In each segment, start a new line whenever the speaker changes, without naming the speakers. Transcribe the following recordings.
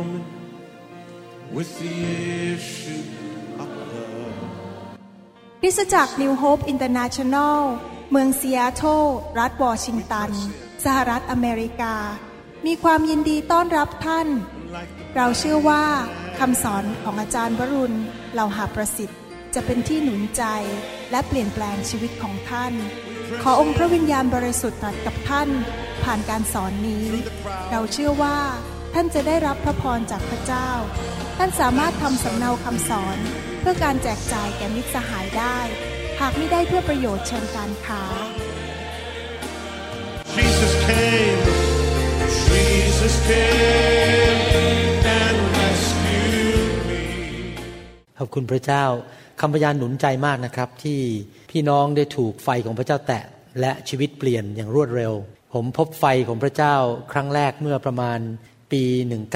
woman with the issue of blood
คริสตจักร New Hope International เมืองซีแอตเทิลรัฐวอชิงตันสหรัฐอเมริกามีความยินดีต้อนรับท่านเราเชื่อว่าคำสอนของอาจารย์วรุณเหล่าหาประสิทธิ์จะเป็นที่หนุนใจและเปลี่ยนแปลงชีวิตของท่านขอองค์พระวิญญาณบริสุทธิ์ตรัสกับท่านผ่านการสอนนี้เราเชื่อว่าท่านจะได้รับพระพรจากพระเจ้าท่านสามารถทำสำเนาคำสอนเพื่อการแจกจ่ายแก่มิตรสหายได้หากไม่ได้เพื่อประโยชน์เชิงการค้า
Jesus came and rescued me
ขอบคุณพระเจ้าคำพยานหนุนใจมากนะครับที่พี่น้องได้ถูกไฟของพระเจ้าแตะและชีวิตเปลี่ยนอย่างรวดเร็วผมพบไฟของพระเจ้าครั้งแรกเมื่อประมาณปี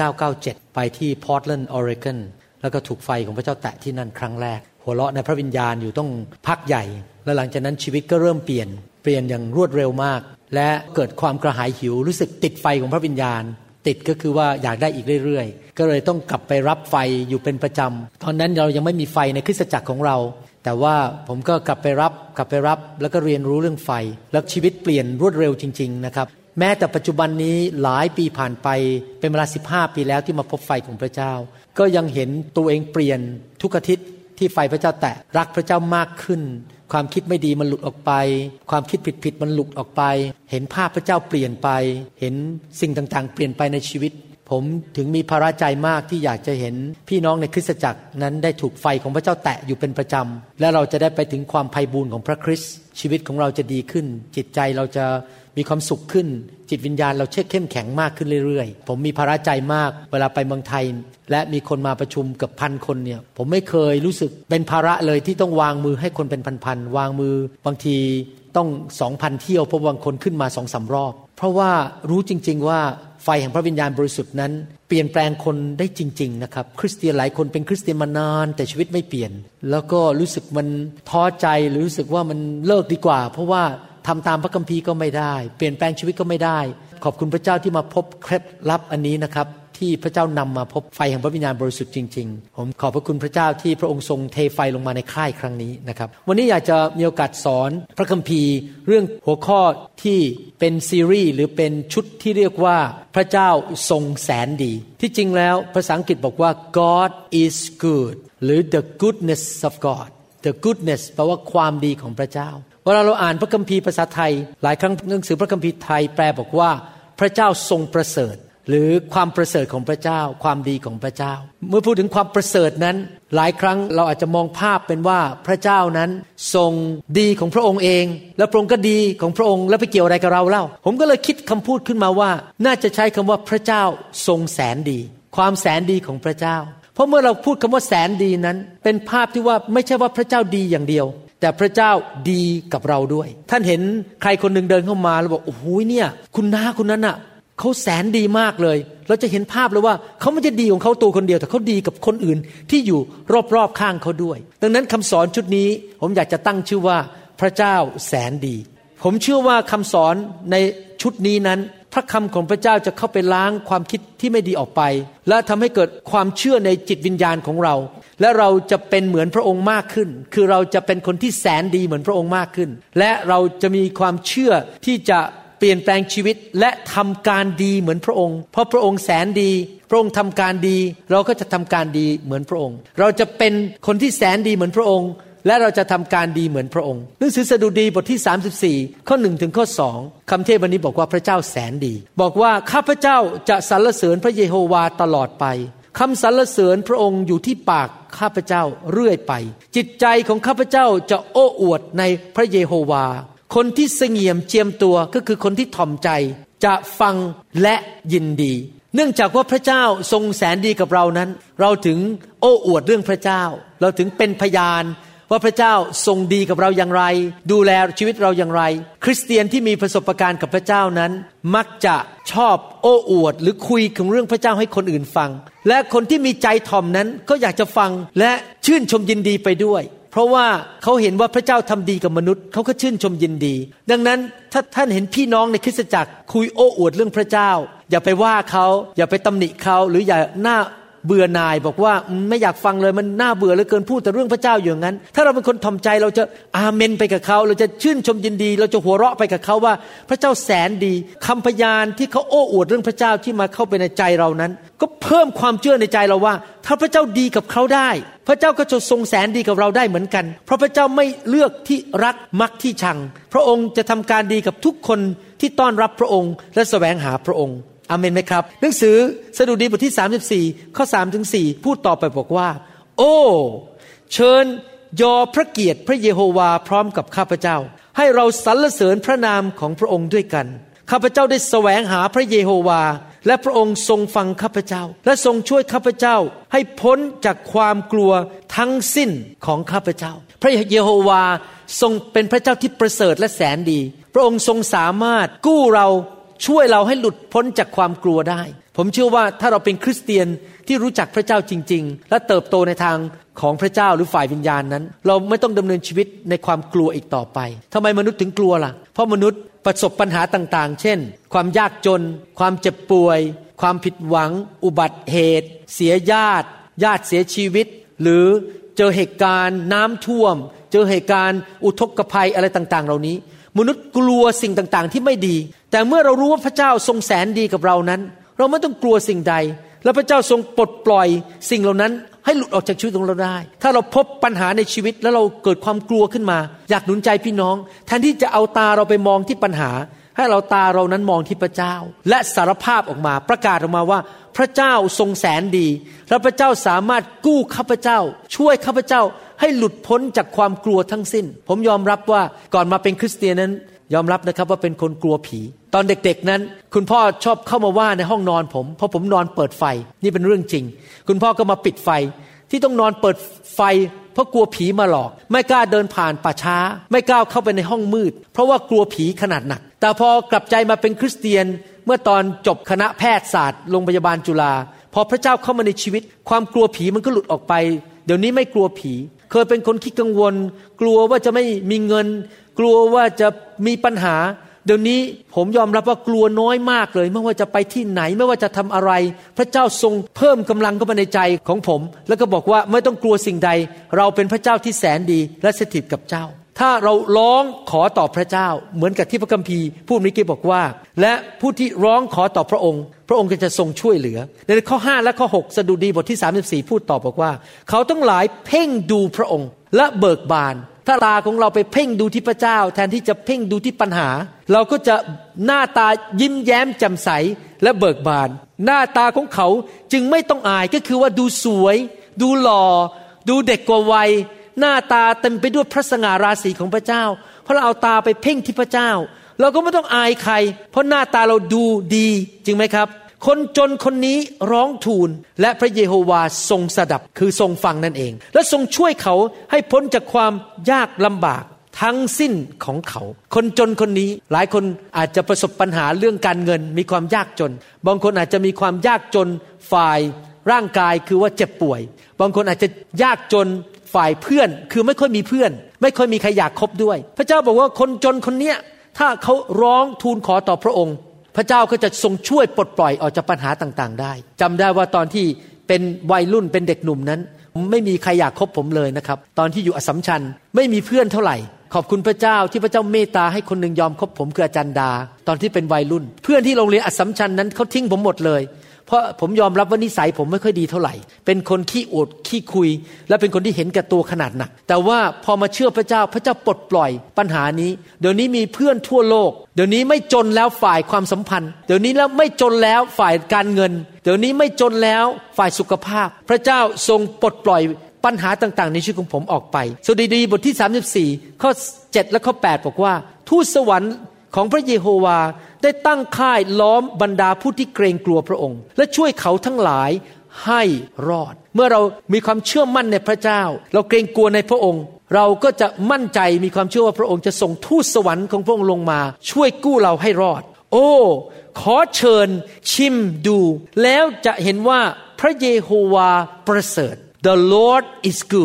1997ไปที่พอร์ตแลนด์ออริกอนแล้วก็ถูกไฟของพระเจ้าแตะที่นั่นครั้งแรกหัวเราะในพระวิญญาณอยู่ต้องพักใหญ่และหลังจากนั้นชีวิตก็เริ่มเปลี่ยนอย่างรวดเร็วมากและเกิดความกระหายหิวรู้สึกติดไฟของพระวิญญาณติดก็คือว่าอยากได้อีกเรื่อยๆก็เลยต้องกลับไปรับไฟอยู่เป็นประจำตอนนั้นเรายังไม่มีไฟในคริสตจักรของเราแต่ว่าผมก็กลับไปรับแล้วก็เรียนรู้เรื่องไฟแล้วชีวิตเปลี่ยนรวดเร็วจริงๆนะครับแม้แต่ปัจจุบันนี้หลายปีผ่านไปเป็นเวลา15ปีแล้วที่มาพบไฟของพระเจ้าก็ยังเห็นตัวเองเปลี่ยนทุกอาทิตย์ที่ไฟพระเจ้าแตะรักพระเจ้ามากขึ้นความคิดไม่ดีมันหลุดออกไปความคิดผิดมันหลุดออกไปเห็นภาพพระเจ้าเปลี่ยนไปเห็นสิ่งต่างๆเปลี่ยนไปในชีวิตผมถึงมีภาระใจมากที่อยากจะเห็นพี่น้องในคริสตจักรนั้นได้ถูกไฟของพระเจ้าแตะอยู่เป็นประจำและเราจะได้ไปถึงความไพบูลย์ของพระคริสต์ชีวิตของเราจะดีขึ้นจิตใจเราจะมีความสุขขึ้นจิตวิญญาณเราเข้มแข็งมากขึ้นเรื่อยๆผมมีภาระใจมากเวลาไปเมืองไทยและมีคนมาประชุมเกือบ1,000 คนเนี่ยผมไม่เคยรู้สึกเป็นภาระเลยที่ต้องวางมือให้คนเป็นพันๆวางมือบางทีต้อง 2,000 เที่ยวเพราะบางคนขึ้นมา 2-3 รอบเพราะว่ารู้จริงๆว่าไฟแห่งพระวิญญาณบริสุทธิ์นั้นเปลี่ยนแปลงคนได้จริงๆนะครับคริสเตียนหลายคนเป็นคริสเตียนมานานแต่ชีวิตไม่เปลี่ยนแล้วก็รู้สึกมันท้อใจหรือรู้สึกว่ามันเลิกดีกว่าเพราะว่าทำตามพระคัมภีร์ก็ไม่ได้เปลี่ยนแปลงชีวิตก็ไม่ได้ขอบคุณพระเจ้าที่มาพบเคล็ดลับอันนี้นะครับที่พระเจ้านำมาพบไฟแห่งพระวิญญาณบริสุทธิ์จริงๆผมขอบพระคุณพระเจ้าที่พระองค์ทรงเทไฟลงมาในค่ายครั้งนี้นะครับวันนี้อยากจะมีโอกาสสอนพระคัมภีร์เรื่องหัวข้อที่เป็นซีรีส์หรือเป็นชุดที่เรียกว่าพระเจ้าทรงแสนดีที่จริงแล้วภาษาอังกฤษบอกว่า God is good หรือ the goodness of God the goodness แปลว่าความดีของพระเจ้าเวลาเราอ่านพระคัมภีร์ภาษาไทยหลายครั้งหนังสือพระคัมภีร์ไทยแปลบอกว่าพระเจ้าทรงประเสริฐหรือความประเสริฐของพระเจ้าความดีของพระเจ้าเมื่อพูดถึงความประเสริฐนั้นหลายครั้งเราอาจจะมองภาพเป็นว่าพระเจ้านั้นทรงดีของพระองค์เองและพระองค์ก็ดีของพระองค์แล้วไปเกี่ยวอะไรกับเราเล่าผมก็เลยคิดคำพูดขึ้นมาว่าน่าจะใช้คำว่าพระเจ้าทรงแสนดีความแสนดีของพระเจ้าเพราะเมื่อเราพูดคำว่าแสนดีนั้นเป็นภาพที่ว่าไม่ใช่ว่าพระเจ้าดีอย่างเดียวแต่พระเจ้าดีกับเราด้วยท่านเห็นใครคนหนึ่งเดินเข้ามาแล้วบอกโอ้โหเนี่ยคุณน้าคนนั้นน่ะเขาแสนดีมากเลยเราจะเห็นภาพเลยว่าเขาไม่ใช่ดีของเขาตัวคนเดียวแต่เขาดีกับคนอื่นที่อยู่รอบๆข้างเขาด้วยดังนั้นคำสอนชุดนี้ผมอยากจะตั้งชื่อว่าพระเจ้าแสนดีผมเชื่อว่าคำสอนในชุดนี้นั้นพระคำของพระเจ้าจะเข้าไปล้างความคิดที่ไม่ดีออกไปและทำให้เกิดความเชื่อในจิตวิญญาณของเราและเราจะเป็นเหมือนพระองค์มากขึ้นคือเราจะเป็นคนที่แสนดีเหมือนพระองค์มากขึ้นและเราจะมีความเชื่อที่จะเปลี่ยนแปลงชีวิตและทำการดีเหมือนพระองค์เพราะพระองค์แสนดีพระองค์ทำการดีเราก็จะทำการดีเหมือนพระองค์เราจะเป็นคนที่แสนดีเหมือนพระองค์และเราจะทำการดีเหมือนพระองค์หนังสือสดุดีบทที่34ข้อ1ถึงข้อ2คำเทศวันนี้บอกว่าพระเจ้าแสนดีบอกว่าข้าพเจ้าจะสรรเสริญพระเยโฮวาตลอดไปคำสรรเสริญพระองค์อยู่ที่ปากข้าพเจ้าเรื่อยไปจิตใจของข้าพเจ้าจะโอ้อวดในพระเยโฮวาคนที่เสงี่ยมเจียมตัวก็คือคนที่ถ่อมใจจะฟังและยินดีเนื่องจากว่าพระเจ้าทรงแสนดีกับเรานั้นเราถึงโอ้อวดเรื่องพระเจ้าเราถึงเป็นพยานว่าพระเจ้าทรงดีกับเราอย่างไรดูแลชีวิตเราอย่างไรคริสเตียนที่มีประสบการณ์กับพระเจ้านั้นมักจะชอบโอ้อวดหรือคุยถึงเรื่องพระเจ้าให้คนอื่นฟังและคนที่มีใจถ่อมนั้นก็อยากจะฟังและชื่นชมยินดีไปด้วยเพราะว่าเขาเห็นว่าพระเจ้าทำดีกับมนุษย์เขาก็ชื่นชมยินดีดังนั้นถ้าท่านเห็นพี่น้องในคริสตจักรคุยโอ้อวดเรื่องพระเจ้าอย่าไปว่าเขาอย่าไปตำหนิเขาหรืออย่าหน้าเบื่อหน่ายบอกว่าไม่อยากฟังเลยมันน่าเบื่อเหลือเกินพูดแต่เรื่องพระเจ้าอยู่อย่างนั้นถ้าเราเป็นคนถ่อมใจเราจะอาเมนไปกับเขาเราจะชื่นชมยินดีเราจะหัวเราะไปกับเขาว่าพระเจ้าแสนดีคำพยานที่เขาโอ้อวดเรื่องพระเจ้าที่มาเข้าไปในใจเรานั้นก็เพิ่มความเชื่อในใจเราว่าถ้าพระเจ้าดีกับเขาได้พระเจ้าก็จะทรงแสนดีกับเราได้เหมือนกันเพราะพระเจ้าไม่เลือกที่รักมักที่ชังพระองค์จะทำการดีกับทุกคนที่ต้อนรับพระองค์และแสวงหาพระองค์อาเมนไหมครับหนังสือสดุดีบทที่34ข้อ3ถึง4พูดต่อไปบอกว่าโอ้เชิญยอพระเกียรติพระเยโฮวาพร้อมกับข้าพเจ้าให้เราสรรเสริญพระนามของพระองค์ด้วยกันข้าพเจ้าได้แสวงหาพระเยโฮวาและพระองค์ทรงฟังข้าพเจ้าและทรงช่วยข้าพเจ้าให้พ้นจากความกลัวทั้งสิ้นของข้าพเจ้าพระเยโฮวาทรงเป็นพระเจ้าที่ประเสริฐและแสนดีพระองค์ทรงสามารถกู้เราช่วยเราให้หลุดพ้นจากความกลัวได้ผมเชื่อว่าถ้าเราเป็นคริสเตียนที่รู้จักพระเจ้าจริงๆและเติบโตในทางของพระเจ้าหรือฝ่ายวิญญาณนั้นเราไม่ต้องดำเนินชีวิตในความกลัวอีกต่อไปทำไมมนุษย์ถึงกลัวล่ะเพราะมนุษย์ประสบปัญหาต่างๆเช่นความยากจนความเจ็บป่วยความผิดหวังอุบัติเหตุเสียญาติเสียชีวิตหรือเจอเหตุการณ์น้ำท่วมเจอเหตุการณ์อุทกภัยอะไรต่างๆเหล่านี้มนุษย์กลัวสิ่งต่างๆที่ไม่ดีแต่เมื่อเรารู้ว่าพระเจ้าทรงแสนดีกับเรานั้นเราไม่ต้องกลัวสิ่งใดและพระเจ้าทรงปลดปล่อยสิ่งเหล่านั้นให้หลุดออกจากชีวิตของเราได้ถ้าเราพบปัญหาในชีวิตแล้วเราเกิดความกลัวขึ้นมาอยากหนุนใจพี่น้องแทนที่จะเอาตาเราไปมองที่ปัญหาให้เราตาเรานั้นมองที่พระเจ้าและสารภาพออกมาประกาศออกมาว่าพระเจ้าทรงแสนดีและพระเจ้าสามารถกู้ข้าพเจ้าช่วยข้าพเจ้าให้หลุดพ้นจากความกลัวทั้งสิ้นผมยอมรับว่าก่อนมาเป็นคริสเตียนนั้นยอมรับนะครับว่าเป็นคนกลัวผีตอนเด็กๆนั้นคุณพ่อชอบเข้ามาว่าในห้องนอนผมเพราะผมนอนเปิดไฟนี่เป็นเรื่องจริงคุณพ่อก็มาปิดไฟที่ต้องนอนเปิดไฟเพราะกลัวผีมาหลอกไม่กล้าเดินผ่านป่าช้าไม่กล้าเข้าไปในห้องมืดเพราะว่ากลัวผีขนาดหนักแต่พอกลับใจมาเป็นคริสเตียนเมื่อตอนจบคณะแพทยศาสตร์โรงพยาบาลจุฬาพอพระเจ้าเข้ามาในชีวิตความกลัวผีมันก็หลุดออกไปเดี๋ยวนี้ไม่กลัวผีเคยเป็นคนขี้กังวลกลัวว่าจะไม่มีเงินกลัวว่าจะมีปัญหาเดี๋ยวนี้ผมยอมรับว่ากลัวน้อยมากเลยไม่ว่าจะไปที่ไหนไม่ว่าจะทำอะไรพระเจ้าทรงเพิ่มกำลังเข้ามาในใจของผมแล้วก็บอกว่าไม่ต้องกลัวสิ่งใดเราเป็นพระเจ้าที่แสนดีและสถิตกับเจ้าถ้าเราร้องขอต่อพระเจ้าเหมือนกับที่พระคัมภีร์พูดเมื่อกี้บอกว่าและผู้ที่ร้องขอต่อพระองค์พระองค์ก็จะทรงช่วยเหลือในข้อ5และข้อ6สดุดีบทที่34พูดต่อบอกว่าเขาทั้งหลายเพ่งดูพระองค์และเบิกบานถ้าตาของเราไปเพ่งดูที่พระเจ้าแทนที่จะเพ่งดูที่ปัญหาเราก็จะหน้าตายิ้มแย้มแจ่มใสและเบิกบานหน้าตาของเขาจึงไม่ต้องอายก็คือว่าดูสวยดูหล่อดูเด็กกว่าวัยหน้าตาเต็มไปด้วยพระสง่าราศีของพระเจ้าเพราะเราเอาตาไปเพ่งที่พระเจ้าเราก็ไม่ต้องอายใครเพราะหน้าตาเราดูดีจริงไหมครับคนจนคนนี้ร้องทูลและพระเยโฮวาทรงสดับคือทรงฟังนั่นเองและทรงช่วยเขาให้พ้นจากความยากลำบากทั้งสิ้นของเขาคนจนคนนี้หลายคนอาจจะประสบปัญหาเรื่องการเงินมีความยากจนบางคนอาจจะมีความยากจนฝ่ายร่างกายคือว่าเจ็บป่วยบางคนอาจจะยากจนฝ่ายเพื่อนคือไม่ค่อยมีเพื่อนไม่ค่อยมีใครอยากคบด้วยพระเจ้าบอกว่าคนจนคนเนี้ยถ้าเขาร้องทูลขอต่อพระองค์พระเจ้าก็จะทรงช่วยปลดปล่อยออกจากปัญหาต่างๆได้จำได้ว่าตอนที่เป็นวัยรุ่นเป็นเด็กหนุ่มนั้นไม่มีใครอยากคบผมเลยนะครับตอนที่อยู่อัสสัมชัญไม่มีเพื่อนเท่าไหร่ขอบคุณพระเจ้าที่พระเจ้าเมตตาให้คนหนึ่งยอมคบผมคืออาจารย์ดาตอนที่เป็นวัยรุ่นเพื่อนที่โรงเรียนอัสสัมชัญนั้นเขาทิ้งผมหมดเลยเพราะผมยอมรับว่านิสัยผมไม่ค่อยดีเท่าไหร่เป็นคนขี้อวดขี้คุยและเป็นคนที่เห็นแก่ตัวขนาดหนักแต่ว่าพอมาเชื่อพระเจ้าพระเจ้าปลดปล่อยปัญหานี้เดี๋ยวนี้มีเพื่อนทั่วโลกเดี๋ยวนี้ไม่จนแล้วฝ่ายความสัมพันธ์เดี๋ยวนี้แล้วไม่จนแล้วฝ่ายการเงินเดี๋ยวนี้ไม่จนแล้วฝ่ายสุขภาพพระเจ้าทรงปลดปล่อยปัญหาต่างๆในชีวิตของผมออกไปสดุดีบทที่34ข้อ7และข้อ8บอกว่าทูตสวรรค์ของพระเยโฮวาได้ตั้งค่ายล้อมบรรดาผู้ที่เกรงกลัวพระองค์และช่วยเขาทั้งหลายให้รอดเมื่อเรามีความเชื่อมั่นในพระเจ้าเราเกรงกลัวในพระองค์เราก็จะมั่นใจมีความเชื่อว่าพระองค์จะส่งทูตสวรรค์ของพระองค์ลงมาช่วยกู้เราให้รอดโอ้ขอเชิญชิมดูแล้วจะเห็นว่าพระเยโฮวาประเสริฐ The Lord is good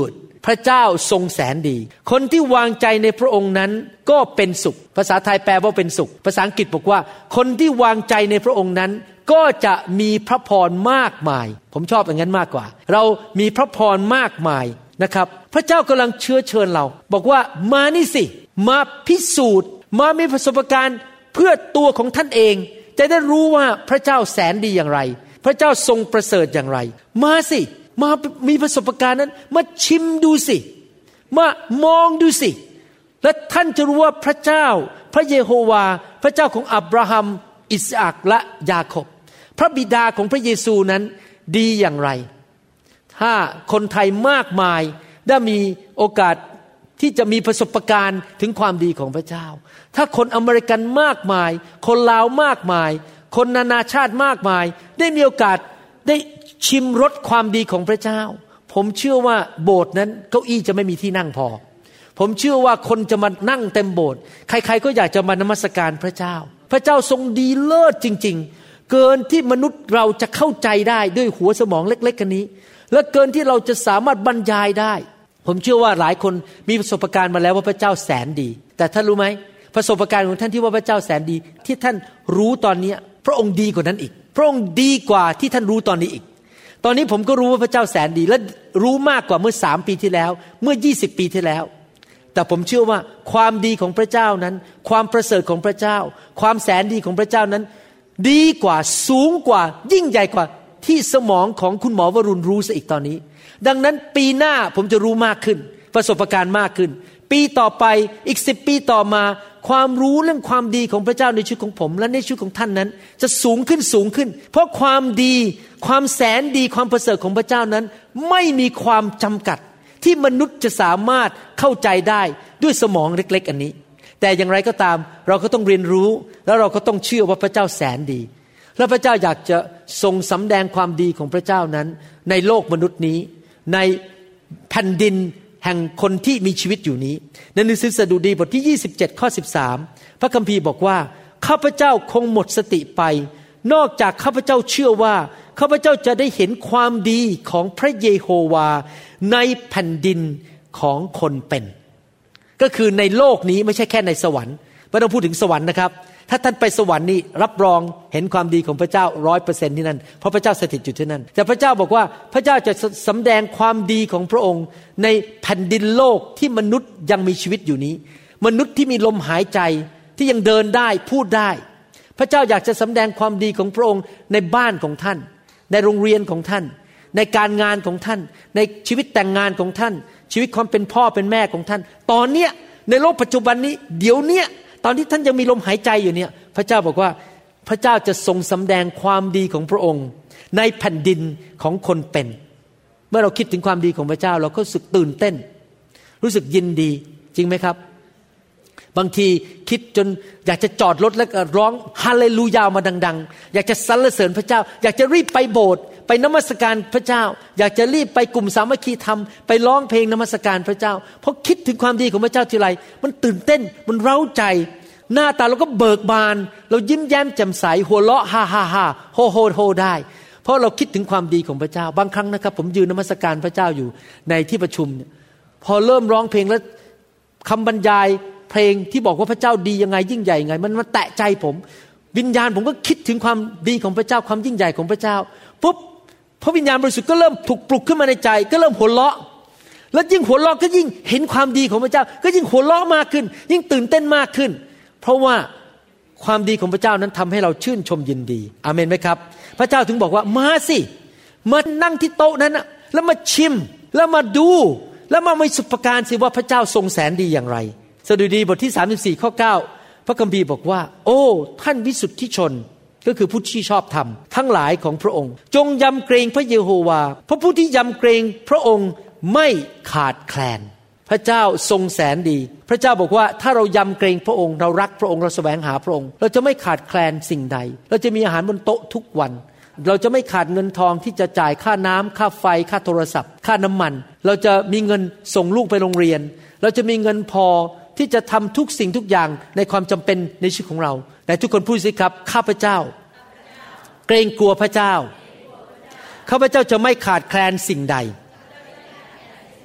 พระเจ้าทรงแสนดีคนที่วางใจในพระองค์นั้นก็เป็นสุขภาษาไทยแปลว่าเป็นสุขภาษาอังกฤษบอกว่าคนที่วางใจในพระองค์นั้นก็จะมีพระพรมากมายผมชอบอย่างนั้นมากกว่าเรามีพระพรมากมายนะครับพระเจ้ากำลังเชิญเราบอกว่ามานี่สิมาพิสูจน์มามีประสบการณ์เพื่อตัวของท่านเองจะได้รู้ว่าพระเจ้าแสนดีอย่างไรพระเจ้าทรงประเสริฐอย่างไรมาสิมามีประสบการณ์นั้นมาชิมดูสิมามองดูสิและท่านจะรู้ว่าพระเจ้าพระเยโฮวาพระเจ้าของอับราฮัมอิสอัคและยาโคบพระบิดาของพระเยซูนั้นดีอย่างไรถ้าคนไทยมากมายได้มีโอกาสที่จะมีประสบการณ์ถึงความดีของพระเจ้าถ้าคนอเมริกันมากมายคนลาวมากมายคนนานาชาติมากมายได้มีโอกาสได้ชิมรสความดีของพระเจ้าผมเชื่อว่าโบสถ์นั้นเก้าอี้จะไม่มีที่นั่งพอผมเชื่อว่าคนจะมานั่งเต็มโบสถ์ใครๆก็อยากจะมานมัสการพระเจ้าพระเจ้าทรงดีเลิศจริงๆเกินที่มนุษย์เราจะเข้าใจได้ด้วยหัวสมองเล็กๆกันนี้และเกินที่เราจะสามารถบรรยายได้ผมเชื่อว่าหลายคนมีประสบการณ์มาแล้วว่าพระเจ้าแสนดีแต่ท่านรู้ไหมประสบการณ์ของท่านที่ว่าพระเจ้าแสนดีที่ท่านรู้ตอนนี้พระองค์ดีกว่านั้นอีกพระองค์ดีกว่าที่ท่านรู้ตอนนี้อีกตอนนี้ผมก็รู้ว่าพระเจ้าแสนดีและรู้มากกว่าเมื่อ3 ปีที่แล้วเมื่อ20 ปีที่แล้วแต่ผมเชื่อว่าความดีของพระเจ้านั้นความประเสริฐของพระเจ้าความแสนดีของพระเจ้านั้นดีกว่าสูงกว่ายิ่งใหญ่กว่าที่สมองของคุณหมอวรุณรู้ซะอีกตอนนี้ดังนั้นปีหน้าผมจะรู้มากขึ้นประสบการณ์มากขึ้นปีต่อไปอีก10 ปีต่อมาความรู้เรื่องความดีของพระเจ้าในชีวิตของผมและในชีวิตของท่านนั้นจะสูงขึ้นเพราะความดีความแสนดีความประเสริฐของพระเจ้านั้นไม่มีความจำกัดที่มนุษย์จะสามารถเข้าใจได้ด้วยสมองเล็กๆอันนี้แต่อย่างไรก็ตามเราก็ต้องเรียนรู้แล้วเราก็ต้องเชื่อว่าพระเจ้าแสนดีและพระเจ้าอยากจะทรงสำแดงความดีของพระเจ้านั้นในโลกมนุษย์นี้ในแผ่นดินแห่งคนที่มีชีวิตอยู่นี้ในหนังสือสดุดีบทที่27ข้อ13พระคัมภีร์บอกว่าข้าพเจ้าคงหมดสติไปนอกจากข้าพเจ้าเชื่อว่าข้าพเจ้าจะได้เห็นความดีของพระเยโฮวาในแผ่นดินของคนเป็นก็คือในโลกนี้ไม่ใช่แค่ในสวรรค์ไม่ต้องพูดถึงสวรรค์นะครับถ้าท่านไปสวรรค์นี่รับรองเห็นความดีของพระเจ้า 100% ที่นั่นเพราะพระเจ้าสถิตอยู่ที่นั่นแต่พระเจ้าบอกว่าพระเจ้าจะสำแดงความดีของพระองค์ในแผ่นดินโลกที่มนุษย์ยังมีชีวิตอยู่นี้มนุษย์ที่มีลมหายใจที่ยังเดินได้พูดได้พระเจ้าอยากจะสำแดงความดีของพระองค์ในบ้านของท่านในโรงเรียนของท่านในการงานของท่านในชีวิตแต่งงานของท่านชีวิตความเป็นพ่อเป็นแม่ของท่านตอนเนี้ยในโลกปัจจุบันนี้เดี๋ยวเนี้ยตอนที่ท่านยังมีลมหายใจอยู่เนี่ยพระเจ้าบอกว่าพระเจ้าจะทรงสำแดงความดีของพระองค์ในแผ่นดินของคนเป็นเมื่อเราคิดถึงความดีของพระเจ้าเราก็รู้สึกตื่นเต้นรู้สึกยินดีจริงไหมครับบางทีคิดจนอยากจะจอดรถแล้วก็ร้องฮาเลลูยามาดังๆอยากจะสรรเสริญพระเจ้าอยากจะรีบไปโบสถ์ไปนมัสการพระเจ้าอยากจะรีบไปกลุ่มสามัคคีธรรมไปร้องเพลงนมัสการพระเจ้าเพราะคิดถึงความดีของพระเจ้าทีไรมันตื่นเต้นมันเร้าใจหน้าตาเราก็เบิกบานเรายิ้มแย้มแจ่มใสหัวเราะฮ่าฮ่าฮ่าโฮโฮโฮได้เพราะเราคิดถึงความดีของพระเจ้าบางครั้งนะครับผมยืนนมัสการพระเจ้าอยู่ในที่ประชุมพอเริ่มร้องเพลงแล้วคำบรรยายเพลงที่บอกว่าพระเจ้าดียังไงยิ่งใหญ่ยังไงมันมาแตะใจผมวิญญาณผมก็คิดถึงความดีของพระเจ้าความยิ่งใหญ่ของพระเจ้าปุ๊บพระวิญญาณบริสุทธิ์ก็เริ่มถูกปลุกขึ้นมาในใจก็เริ่มหัวเราะแล้วยิ่งหัวเราะก็ยิ่งเห็นความดีของพระเจ้าก็ยิ่งหัวเราะมากขึ้นยิ่งตื่นเต้นมากขึ้นเพราะว่าความดีของพระเจ้านั้นทำให้เราชื่นชมยินดีอาเมนไหมครับพระเจ้าถึงบอกว่ามาสิมานั่งที่โต๊ะนั้นแล้วมาชิมแล้วมาดูแล้วมามีสุภการสิว่าพระเจ้าทรงแสนดีอย่างไรสดุดีบทที่34ข้อ9พระคัมภีร์บอกว่าโอ้ท่านวิสุทธิชนก็คือผู้ที่ชอบธรรมทั้งหลายของพระองค์จงยำเกรงพระเยโฮวาเพราะผู้ที่ยำเกรงพระองค์ไม่ขาดแคลนพระเจ้าทรงแสนดีพระเจ้าบอกว่าถ้าเรายำเกรงพระองค์เรารักพระองค์เราแสวงหาพระองค์เราจะไม่ขาดแคลนสิ่งใดเราจะมีอาหารบนโต๊ะทุกวันเราจะไม่ขาดเงินทองที่จะจ่ายค่าน้ำค่าไฟค่าโทรศัพท์ค่าน้ำมันเราจะมีเงินส่งลูกไปโรงเรียนเราจะมีเงินพอที่จะทำทุกสิ่งทุกอย่างในความจำเป็นในชีวิตของเราแต่ทุกคนพูดสิครับข้าพเจ้าเกรงกลัวพระเจ้าข้าพเจ้าจะไม่ขาดแคลนสิ่งใด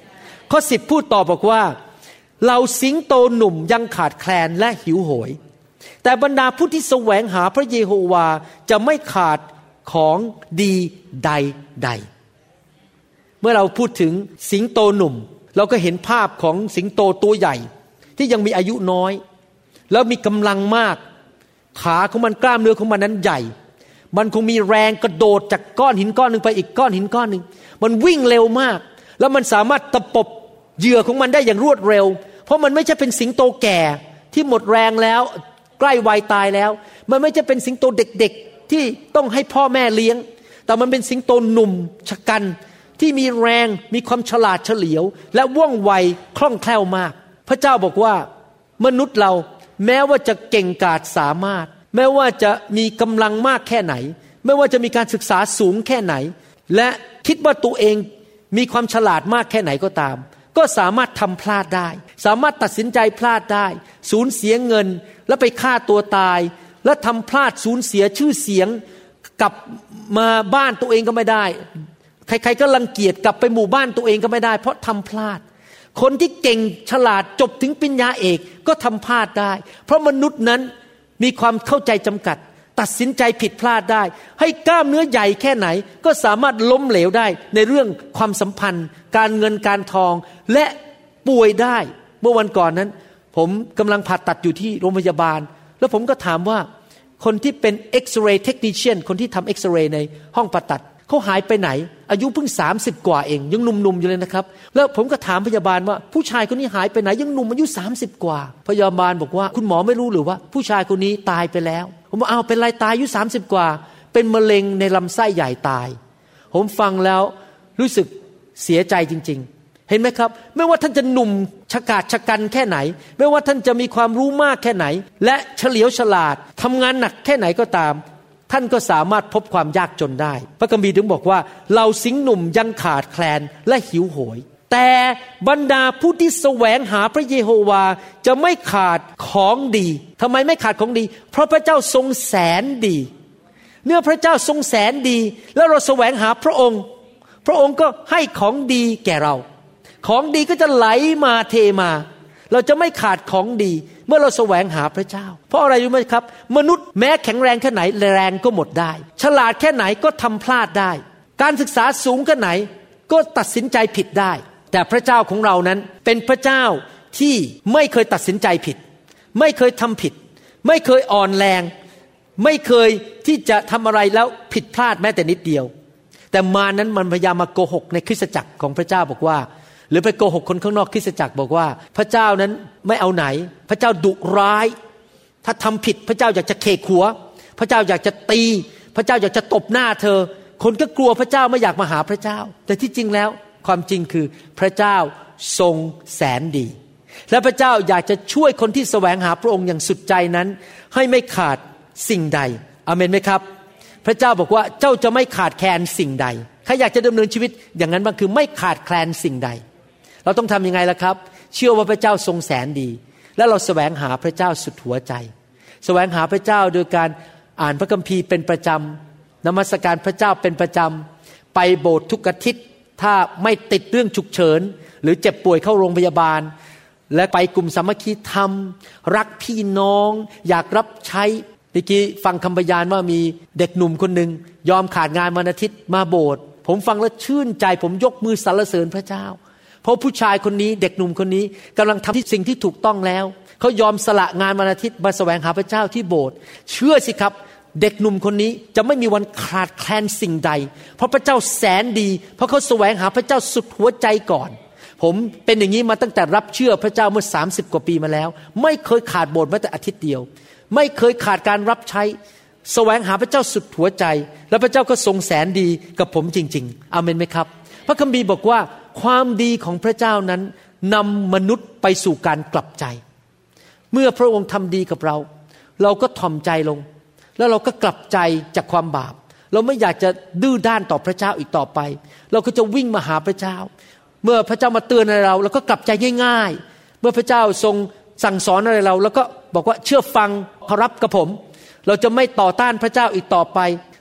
ข้อ10พูดต่อบอกว่าเราสิงโตหนุ่มยังขาดแคลนและหิวโหยแต่บรรดาผู้ที่แสวงหาพระเยโฮวาจะไม่ขาดของดีใดๆเมื่อเราพูดถึงสิงโตหนุ่มเราก็เห็นภาพของสิงโตตัวใหญ่ที่ยังมีอายุน้อยแล้วมีกำลังมากขาของมันกล้ามเนื้อของมันนั้นใหญ่มันคงมีแรงกระโดดจากก้อนหินก้อนนึงไปอีกก้อนหินก้อนนึงมันวิ่งเร็วมากแล้วมันสามารถตะปบเหยื่อของมันได้อย่างรวดเร็วเพราะมันไม่ใช่เป็นสิงโตแก่ที่หมดแรงแล้วใกล้วัยตายแล้วมันไม่ใช่เป็นสิงโตเด็กๆที่ต้องให้พ่อแม่เลี้ยงแต่มันเป็นสิงโตหนุ่มชะกันที่มีแรงมีความฉลาดเฉลียวและว่องไวคล่องแคล่วมากพระเจ้าบอกว่ามนุษย์เราแม้ว่าจะเก่งกาจสามารถแม้ว่าจะมีกำลังมากแค่ไหนไม่ว่าจะมีการศึกษาสูงแค่ไหนและคิดว่าตัวเองมีความฉลาดมากแค่ไหนก็ตามก็สามารถทำพลาดได้สามารถตัดสินใจพลาดได้สูญเสียเงินแล้วไปฆ่าตัวตายและทำพลาดสูญเสียชื่อเสียงกลับมาบ้านตัวเองก็ไม่ได้ใครๆก็รังเกียจกลับไปหมู่บ้านตัวเองก็ไม่ได้เพราะทำพลาดคนที่เก่งฉลาดจบถึงปริญญาเอกก็ทำพลาดได้เพราะมนุษย์นั้นมีความเข้าใจจำกัดตัดสินใจผิดพลาดได้ให้กล้ามเนื้อใหญ่แค่ไหนก็สามารถล้มเหลวได้ในเรื่องความสัมพันธ์การเงินการทองและป่วยได้เมื่อวันก่อนนั้นผมกำลังผ่าตัดอยู่ที่โรงพยาบาลแล้วผมก็ถามว่าคนที่เป็นเอ็กซเรย์เทคนิเชียนคนที่ทำเอ็กซเรย์ในห้องผ่าตัดเขาหายไปไหนอายุเพิ่ง30กว่าเองยังหนุ่มๆอยู่เลยนะครับแล้วผมก็ถามพยาบาลว่าผู้ชายคนนี้หายไปไหนยังหนุ่มอายุ30กว่าพยาบาลบอกว่าคุณหมอไม่รู้หรือว่าผู้ชายคนนี้ตายไปแล้วผมบอกเป็นไรตายอายุ30กว่าเป็นมะเร็งในลำไส้ใหญ่ตายผมฟังแล้วรู้สึกเสียใจจริงๆเห็นไหมครับไม่ว่าท่านจะหนุ่มฉกาจฉกันแค่ไหนไม่ว่าท่านจะมีความรู้มากแค่ไหนและเฉลียวฉลาดทำงานหนักแค่ไหนก็ตามท่านก็สามารถพบความยากจนได้พระคัมภีร์ถึงบอกว่าเราสิงหนุ่มยังขาดแคลนและหิวโหยแต่บรรดาผู้ที่แสวงหาพระเยโฮวาจะไม่ขาดของดีทำไมไม่ขาดของดีเพราะพระเจ้าทรงแสนดีเมื่อพระเจ้าทรงแสนดีแล้วเราแสวงหาพระองค์พระองค์ก็ให้ของดีแก่เราของดีก็จะไหลมาเทมาเราจะไม่ขาดของดีเมื่อเราแสวงหาพระเจ้าเพราะอะไรรู้ไหมครับมนุษย์แม้แข็งแรงแค่ไหนแรงก็หมดได้ฉลาดแค่ไหนก็ทำพลาดได้การศึกษาสูงแค่ไหนก็ตัดสินใจผิดได้แต่พระเจ้าของเรานั้นเป็นพระเจ้าที่ไม่เคยตัดสินใจผิดไม่เคยทำผิดไม่เคยอ่อนแรงไม่เคยที่จะทำอะไรแล้วผิดพลาดแม้แต่นิดเดียวแต่มานั้นมันพยายามมาโกหกในคริสตจักรของพระเจ้าบอกว่าหรือไปโกหกคนข้างนอกคริสตจักรบอกว่าพระเจ้านั้นไม่เอาไหนพระเจ้าดุร้ายถ้าทำผิดพระเจ้าอยากจะเขกหัวพระเจ้าอยากจะตีพระเจ้าอยากจะตบหน้าเธอคนก็กลัวพระเจ้าไม่อยากมาหาพระเจ้าแต่ที่จริงแล้วความจริงคือพระเจ้าทรงแสนดีและพระเจ้าอยากจะช่วยคนที่แสวงหาพระองค์อย่างสุดใจนั้นให้ไม่ขาดสิ่งใดอาเมนไหมครับพระเจ้าบอกว่าเจ้าจะไม่ขาดแคลนสิ่งใดใครอยากจะดำเนินชีวิตอย่างนั้นบ้างคือไม่ขาดแคลนสิ่งใดเราต้องทำยังไงล่ะครับเชื่อว่าพระเจ้าทรงแสนดีและเราแสวงหาพระเจ้าสุดหัวใจแสวงหาพระเจ้าโดยการอ่านพระคัมภีร์เป็นประจำนมัสการพระเจ้าเป็นประจำไปโบสถ์ทุกอาทิตย์ถ้าไม่ติดเรื่องฉุกเฉินหรือเจ็บป่วยเข้าโรงพยาบาลและไปกลุ่มสามัคคีธรรมรักพี่น้องอยากรับใช้เมื่อกี้ฟังคำพยานว่ามีเด็กหนุ่มคนหนึ่งยอมขาดงานวันอาทิตย์มาโบสถ์ผมฟังแล้วชื่นใจผมยกมือสรรเสริญพระเจ้าเพราะผู้ชายคนนี้เด็กหนุ่มคนนี้กำลังทำที่สิ่งที่ถูกต้องแล้วเขายอมสละงานวันอาทิตย์มาแสวงหาพระเจ้าที่โบสถ์เชื่อสิครับเด็กหนุ่มคนนี้จะไม่มีวันขาดแคลนสิ่งใดเพราะพระเจ้าแสนดีเพราะเขาแสวงหาพระเจ้าสุดหัวใจก่อนผมเป็นอย่างนี้มาตั้งแต่รับเชื่อพระเจ้าเมื่อ30กว่าปีมาแล้วไม่เคยขาดโบสถ์แม้แต่อาทิตย์เดียวไม่เคยขาดการรับใช้แสวงหาพระเจ้าสุดหัวใจและพระเจ้าก็ทรงแสนดีกับผมจริงๆอาเมนไหมครับพระคัมภีร์บอกว่าความดีของพระเจ้านั้นนำมนุษย์ไปสู่การกลับใจเมื่อพระองค์ทำดีกับเราเราก็ถ่อมใจลงแล้วเราก็กลับใจจากความบาปเราไม่อยากจะดื้อด้านต่อพระเจ้าอีกต่อไปเราก็จะวิ่งมาหาพระเจ้าเมื่อพระเจ้ามาเตือนอะไรเราก็กลับใจง่ายๆเมื่อพระเจ้าทรงสั่งสอนอะไรเราแล้วก็บอกว่าเชื่อฟังรับกับผมเราจะไม่ต่อต้านพระเจ้าอีกต่อไป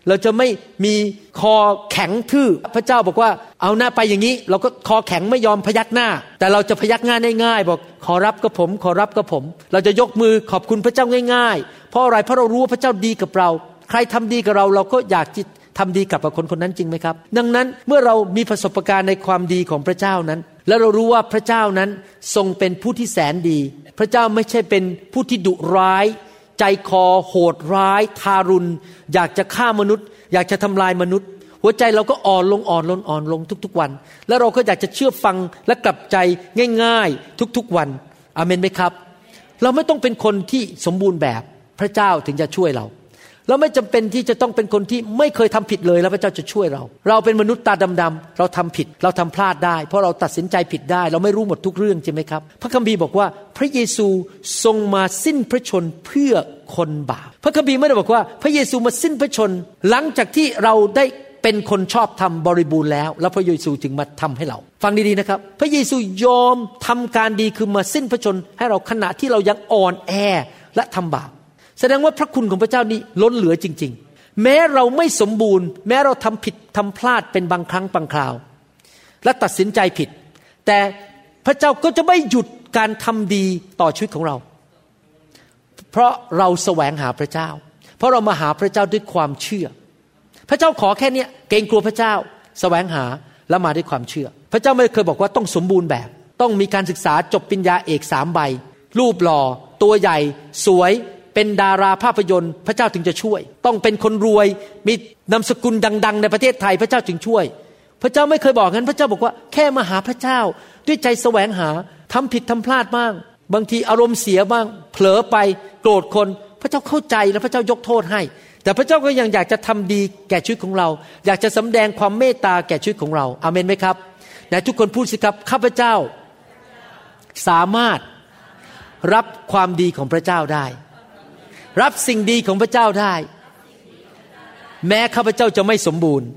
เราจะไม่มีคอแข็งทื่อพระเจ้าบอกว่าเอาหน้าไปอย่างนี้เราก็คอแข็งไม่ยอมพยักหน้าแต่เราจะพยักหน้าได้ง่ายบอกขอรับกับผมขอรับกับผมเราจะยกมือขอบคุณพระเจ้าง่ายๆเพราะอะไรเพราะเรารู้ว่าพระเจ้าดีกับเราใครทำดีกับเราเราก็อยากจะทำดีกับคนคนนั้นจริงไหมครับดังนั้นเมื่อเรามีประสบการณ์ในความดีของพระเจ้านั้นและเรารู้ว่าพระเจ้านั้นทรงเป็นผู้ที่แสนดีพระเจ้าไม่ใช่เป็นผู้ที่ดุร้ายใจคอโหดร้ายทารุณอยากจะฆ่ามนุษย์อยากจะทำลายมนุษย์หัวใจเราก็อ่อนลงทุกๆวันแล้วเราก็อยากจะเชื่อฟังและกลับใจง่ายๆทุกๆวันอาเมนไหมครับเราไม่ต้องเป็นคนที่สมบูรณ์แบบพระเจ้าถึงจะช่วยเราเราไม่จำเป็นที่จะต้องเป็นคนที่ไม่เคยทำผิดเลยแล้วพระเจ้าจะช่วยเราเราเป็นมนุษย์ตาดำๆเราทำผิดเราทำพลาดได้เพราะเราตัดสินใจผิดได้เราไม่รู้หมดทุกเรื่องใช่ไหมครับพระคัมภีร์บอกว่าพระเยซูทรงมาสิ้นพระชนเพื่อคนบาปพระคัมภีร์ไม่ได้บอกว่าพระเยซูมาสิ้นพระชนหลังจากที่เราได้เป็นคนชอบธรรมบริบูรณ์แล้วพระเยซูจึงมาทำให้เราฟังดีๆนะครับพระเยซูยอมทำการดีคือมาสิ้นพระชนให้เราขณะที่เรายังอ่อนแอและทำบาปแสดงว่าพระคุณของพระเจ้านี้ล้นเหลือจริงๆแม้เราไม่สมบูรณ์แม้เราทำผิดทำพลาดเป็นบางครั้งบางคราวและตัดสินใจผิดแต่พระเจ้าก็จะไม่หยุดการทำดีต่อชีวิตของเราเพราะเราแสวงหาพระเจ้าเพราะเรามาหาพระเจ้าด้วยความเชื่อพระเจ้าขอแค่นี้เกรงกลัวพระเจ้าแสวงหาและมาด้วยความเชื่อพระเจ้าไม่เคยบอกว่าต้องสมบูรณ์แบบต้องมีการศึกษาจบปริญญาเอก3 ใบรูปหล่อตัวใหญ่สวยเป็นดาราภาพยนตร์พระเจ้าถึงจะช่วยต้องเป็นคนรวยมีนามสกุลดังๆในประเทศไทยพระเจ้าจึงช่วยพระเจ้าไม่เคยบอกงั้นพระเจ้าบอกว่าแค่มาหาพระเจ้าด้วยใจแสวงหาทำผิดทำพลาดบ้างบางทีอารมณ์เสียบ้างเผลอไปโกรธคนพระเจ้าเข้าใจและพระเจ้ายกโทษให้แต่พระเจ้าก็ยังอยากจะทำดีแก่ชีวิตของเราอยากจะสำแดงความเมตตาแก่ชีวิตของเราอาเมนไหมครับไหนทุกคนพูดสิครับข้าพเจ้าสามารถรับความดีของพระเจ้าได้รับสิ่งดีของพระเจ้าได้แม้ข้าพเจ้าจะไม่สมบูรณ์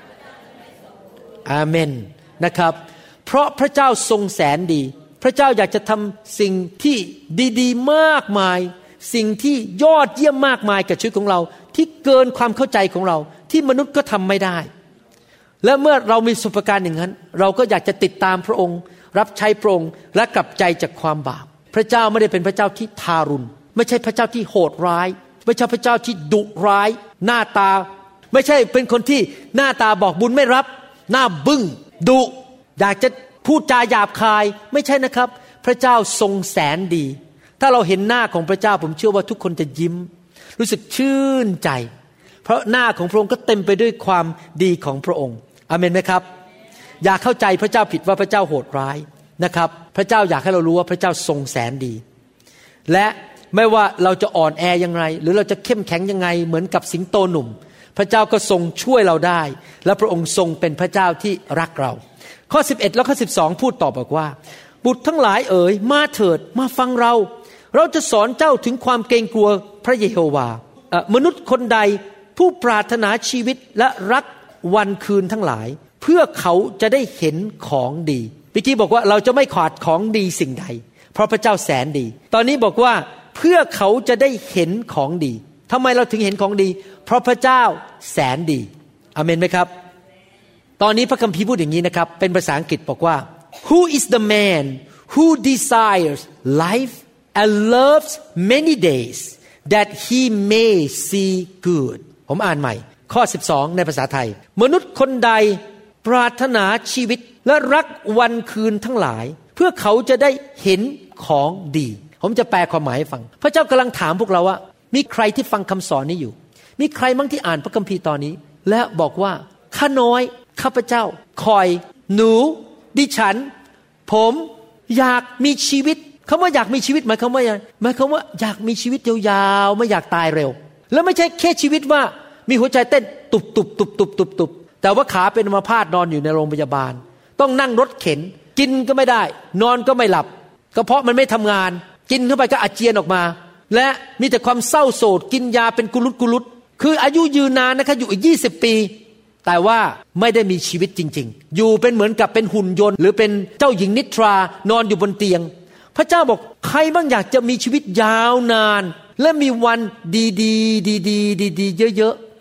อาเมนนะครับเพราะพระเจ้าทรงแสนดีพระเจ้าอยากจะทำสิ่งที่ดีๆมากมายสิ่งที่ยอดเยี่ยมมากมายกับชีวิตของเราที่เกินความเข้าใจของเราที่มนุษย์ก็ทำไม่ได้และเมื่อเรามีประสบการณ์อย่างนั้นเราก็อยากจะติดตามพระองค์รับใช้พระองค์และกลับใจจากความบาปพระเจ้าไม่ได้เป็นพระเจ้าที่ทารุณไม่ใช่พระเจ้าที่โหดร้ายไม่ใช่พระเจ้าที่ดุร้ายหน้าตาไม่ใช่เป็นคนที่หน้าตาบอกบุญไม่รับหน้าบึ้งดุอยากจะพูดจาหยาบคายไม่ใช่นะครับพระเจ้าทรงแสนดีถ้าเราเห็นหน้าของพระเจ้าผมเชื่อว่าทุกคนจะยิ้มรู้สึกชื่นใจเพราะหน้าของพระองค์ก็เต็มไปด้วยความดีของพระองค์อาเมนไหมครับอย่าเข้าใจพระเจ้าผิดว่าพระเจ้าโหดร้ายนะครับพระเจ้าอยากให้เรารู้ว่าพระเจ้าทรงแสนดีและไม่ว่าเราจะอ่อนแอยังไงหรือเราจะเข้มแข็งยังไงเหมือนกับสิงโตหนุ่มพระเจ้าก็ทรงช่วยเราได้และพระองค์ทรงเป็นพระเจ้าที่รักเราข้อ11และข้อ12พูดต่อบอกว่าบุตรทั้งหลายเอ๋ยมาเถิดมาฟังเราจะสอนเจ้าถึงความเกรงกลัวพระเยโฮวามนุษย์คนใดผู้ปรารถนาชีวิตและรักวันคืนทั้งหลายเพื่อเขาจะได้เห็นของดีเมื่อกี้บอกว่าเราจะไม่ขาดของดีสิ่งใดเพราะพระเจ้าแสนดีตอนนี้บอกว่าเพื่อเขาจะได้เห็นของดีทำไมเราถึงเห็นของดีเพราะพระเจ้าแสนดีอาเมนไหมครับตอนนี้พระคัมภีร์พูดอย่างนี้นะครับเป็นภาษาอังกฤษบอกว่า Who is the man who desires life and loves many days that he may see good ผมอ่านใหม่ข้อ12ในภาษาไทยมนุษย์คนใดปรารถนาชีวิตและรักวันคืนทั้งหลายเพื่อเขาจะได้เห็นของดีผมจะแปลความหมายให้ฟังพระเจ้ากำลังถามพวกเราว่ามีใครที่ฟังคำสอนนี้อยู่มีใครบ้างที่อ่านพระคัมภีร์ตอนนี้และบอกว่าข้าน้อยข้าพเจ้าคอยหนูดิฉันผมอยากมีชีวิตคำว่าอยากมีชีวิตหมายความว่าอยากมีชีวิตยาวๆไม่อยากตายเร็วแล้วไม่ใช่แค่ชีวิตว่ามีหัวใจเต้นตุบๆแต่ว่าขาเป็นอัมพาตนอนอยู่ในโรงพยาบาลต้องนั่งรถเข็นกินก็ไม่ได้นอนก็ไม่หลับกระเพาะมันไม่ทำงานกินเข้าไปก็อาเจียนออกมาและมีแต่ความเศร้าโศกกินยาเป็นกุลุตคืออายุยืนนานนะคะอยู่อีก20 ปีแต่ว่าไม่ได้มีชีวิตจริงๆอยู่เป็นเหมือนกับเป็นหุ่นยนต์หรือเป็นเจ้าหญิงนิทรานอนอยู่บนเตียงพระเจ้าบอกใครบ้างอยากจะมีชีวิตยาวนานและมีวันดีๆเยอะๆ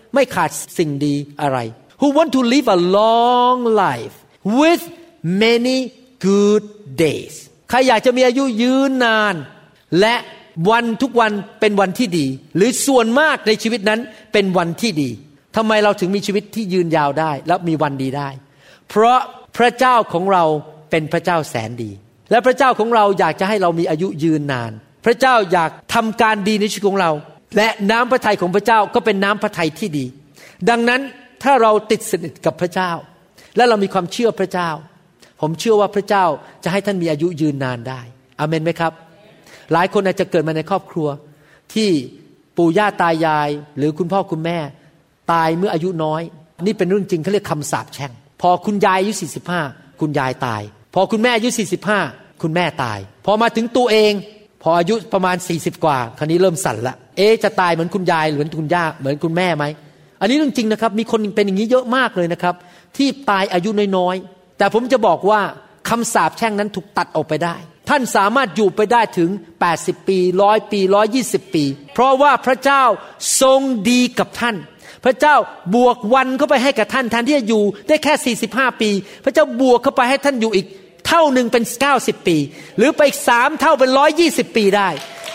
ไม่ขาดสิ่งดีอะไร who want to live a long life with many good days ใครอยากจะมีอายุยืนนานและวันทุกวันเป็นวันที่ดีหรือส่วนมากในชีวิตนั้นเป็นวันที่ดีทำไมเราถึงมีชีวิตที่ยืนยาวได้และมีวันดีได้เพราะพระเจ้าของเราเป็นพระเจ้าแสนดีและพระเจ้าของเราอยากจะให้เรามีอายุยืนนานพระเจ้าอยากทำการดีในชีวิตของเราและน้ำพระทัยของพระเจ้าก็เป็นน้ำพระทัยที่ดีดังนั้นถ้าเราติดสนิทกับพระเจ้าและเรามีความเชื่อพระเจ้าผมเชื่อว่าพระเจ้าจะให้ท่านมีอายุยืนนานได้อาเมนไหมครับหลายคนอาจจะเกิดมาในครอบครัวที่ปู่ย่าตายายหรือคุณพ่อคุณแม่ตายเมื่ออายุน้อยนี่เป็นเรื่องจริงเขาเรียกคำสาปแช่งพอคุณยายอายุ45คุณยายตายพอคุณแม่อายุ45คุณแม่ตายพอมาถึงตัวเองพออายุประมาณ40กว่าคราวนี้เริ่มสั่นละจะตายเหมือนคุณยายหรือคุณย่าเหมือนคุณแม่ไหมอันนี้เรื่องจริงนะครับมีคนเป็นอย่างนี้เยอะมากเลยนะครับที่ตายอายุน้อยๆแต่ผมจะบอกว่าคำสาปแช่งนั้นถูกตัดออกไปได้ท่านสามารถอยู่ไปได้ถึง80ปี100ปี120ปีเพราะว่าพระเจ้าทรงดีกับท่านพระเจ้าบวกวันเข้าไปให้กับท่านแทนที่จะอยู่ได้แค่45ปีพระเจ้าบวกเข้าไปให้ท่านอยู่อีกเท่านึงเป็น90ปีหรือไปอีก3เท่าเป็น120ปีได้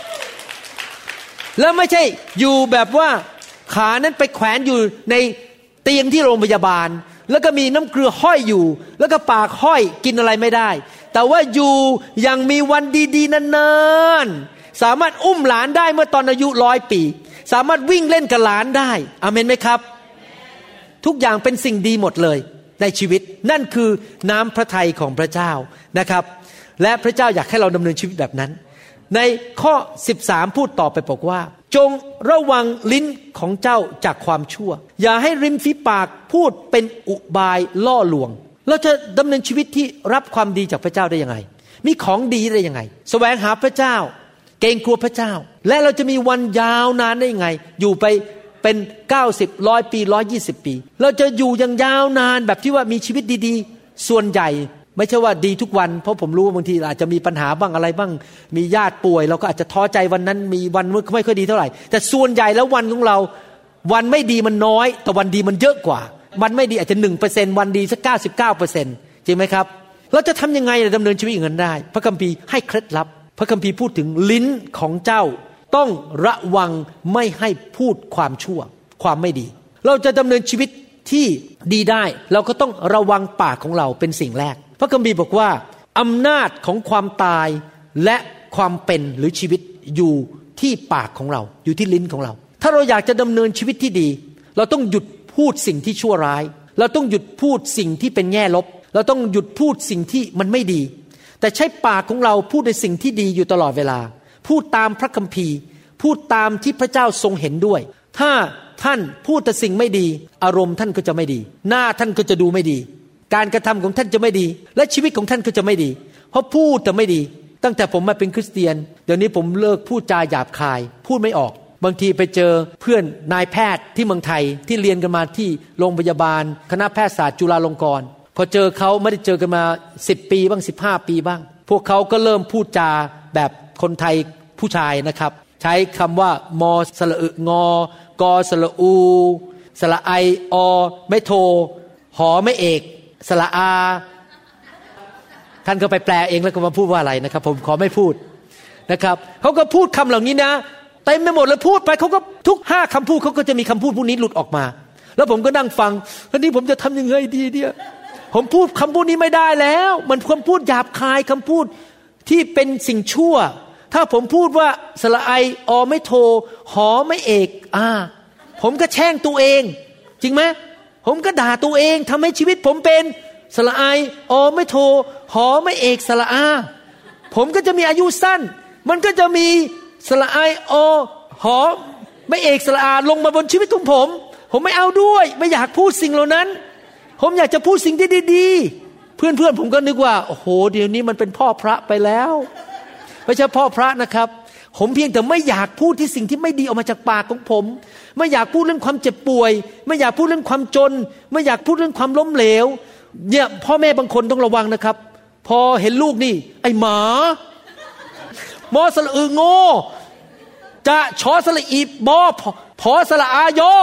แล้วไม่ใช่อยู่แบบว่าขานั้นไปแขวนอยู่ในเตียงที่โรงพยาบาลแล้วก็มีน้ำเกลือห้อยอยู่แล้วก็ปากห้อยกินอะไรไม่ได้แต่ว่าอยู่ยังมีวันดีๆนานๆสามารถอุ้มหลานได้เมื่อตอนอายุ100ปีสามารถวิ่งเล่นกับหลานได้อาเมนไหมครับทุกอย่างเป็นสิ่งดีหมดเลยในชีวิตนั่นคือน้ำพระทัยของพระเจ้านะครับและพระเจ้าอยากให้เราดำเนินชีวิตแบบนั้นในข้อ13พูดต่อไปบอกว่าจงระวังลิ้นของเจ้าจากความชั่วอย่าให้ริมฝีปากพูดเป็นอุบายล่อลวงเราจะดำเนินชีวิตที่รับความดีจากพระเจ้าได้ยังไงมีของดีได้ยังไงแสวงหาพระเจ้าเกรงกลัวพระเจ้าและเราจะมีวันยาวนานได้ยังไงอยู่ไปเป็น90 100ปี120ปีเราจะอยู่อย่างยาวนานแบบที่ว่ามีชีวิตดีๆส่วนใหญ่ไม่ใช่ว่าดีทุกวันเพราะผมรู้ว่าบางทีอาจจะมีปัญหาบ้างอะไรบ้างมีญาติป่วยเราก็อาจจะท้อใจวันนั้นมีวันไม่ค่อยดีเท่าไหร่แต่ส่วนใหญ่แล้ววันของเราวันไม่ดีมันน้อยแต่วันดีมันเยอะกว่าวันไม่ดีอาจจะ 1% วันดีสัก 99% จริงไหมครับเราจะทำยังไงดำเนินชีวิตอย่างนั้นได้พระคัมภีร์ให้เคล็ดลับพระคัมภีร์พูดถึงลิ้นของเจ้าต้องระวังไม่ให้พูดความชั่วความไม่ดีเราจะดำเนินชีวิตที่ดีได้เราก็ต้องระวังปากของเราเป็นสิ่งแรกพระคัมภีร์บอกว่าอำนาจของความตายและความเป็นหรือชีวิตอยู่ที่ปากของเราอยู่ที่ลิ้นของเราถ้าเราอยากจะดำเนินชีวิตที่ดีเราต้องหยุดพูดสิ่งที่ชั่วร้ายเราต้องหยุดพูดสิ่งที่เป็นแง่ลบเราต้องหยุดพูดสิ่งที่มันไม่ดีแต่ใช้ปากของเราพูดในสิ่งที่ดีอยู่ตลอดเวลาพูดตามพระคัมภีร์พูดตามที่พระเจ้าทรงเห็นด้วยถ้าท่านพูดแต่สิ่งไม่ดีอารมณ์ท่านก็จะไม่ดีหน้าท่านก็จะดูไม่ดีการกระทำของท่านจะไม่ดีและชีวิตของท่านก็จะไม่ดีเพราะพูดแต่ไม่ดีตั้งแต่ผมมาเป็นคริสเตียนเดี๋ยวนี้ผมเลิกพูดจาหยาบคายพูดไม่ออกบางทีไปเจอเพื่อนนายแพทย์ที่เมืองไทยที่เรียนกันมาที่โรงพยาบาลคณะแพทยศาสตร์จุฬาลงกรณ์พอเจอเขาไม่ได้เจอกันมา10ปีบ้าง15ปีบ้างพวกเขาก็เริ่มพูดจาแบบคนไทยผู้ชายนะครับใช้คำว่ามอสระอึงอกอสระอูสระไออไม่โทหอไม่เอกสระอาท่านก็ไปแปลเองแล้วก็มาพูดว่าอะไรนะครับผมขอไม่พูดนะครับเขาก็พูดคำเหล่านี้นะเต็มไปหมดเลยพูดไปเขาก็ทุก5คำพูดเขาก็จะมีคำพูดพวกนี้หลุดออกมาแล้วผมก็นั่งฟังทีนี้ผมจะทำยังไงดีเนี่ยผมพูดคำพูดนี้ไม่ได้แล้วมันคำพูดหยาบคายคำพูดที่เป็นสิ่งชั่วถ้าผมพูดว่าสระไออไม่โทหอไม่เอกผมก็แช่งตัวเองจริงไหมผมก็ด่าตัวเองทำให้ชีวิตผมเป็นสระไออไม่โทหอไม่เอกสระอาผมก็จะมีอายุสั้นมันก็จะมีสระไออหอไม่เอกสระอาลงมาบนชีวิตของผมไม่เอาด้วยไม่อยากพูดสิ่งเหล่านั้นผมอยากจะพูดสิ่งที่ดีๆเพื่อนๆผมก็นึกว่าโอ้โหเดี๋ยวนี้มันเป็นพ่อพระไปแล้วไม่ใช่พ่อพระนะครับผมเพียงแต่ไม่อยากพูดที่สิ่งที่ไม่ดีออกมาจากปากของผมไม่อยากพูดเรื่องความเจ็บป่วยไม่อยากพูดเรื่องความจนไม่อยากพูดเรื่องความล้มเหลวเนี่ยพ่อแม่บางคนต้องระวังนะครับพอเห็นลูกนี่ไอ้หมามอสระอึงโง่จะชอสระอีบอพอสระอายอ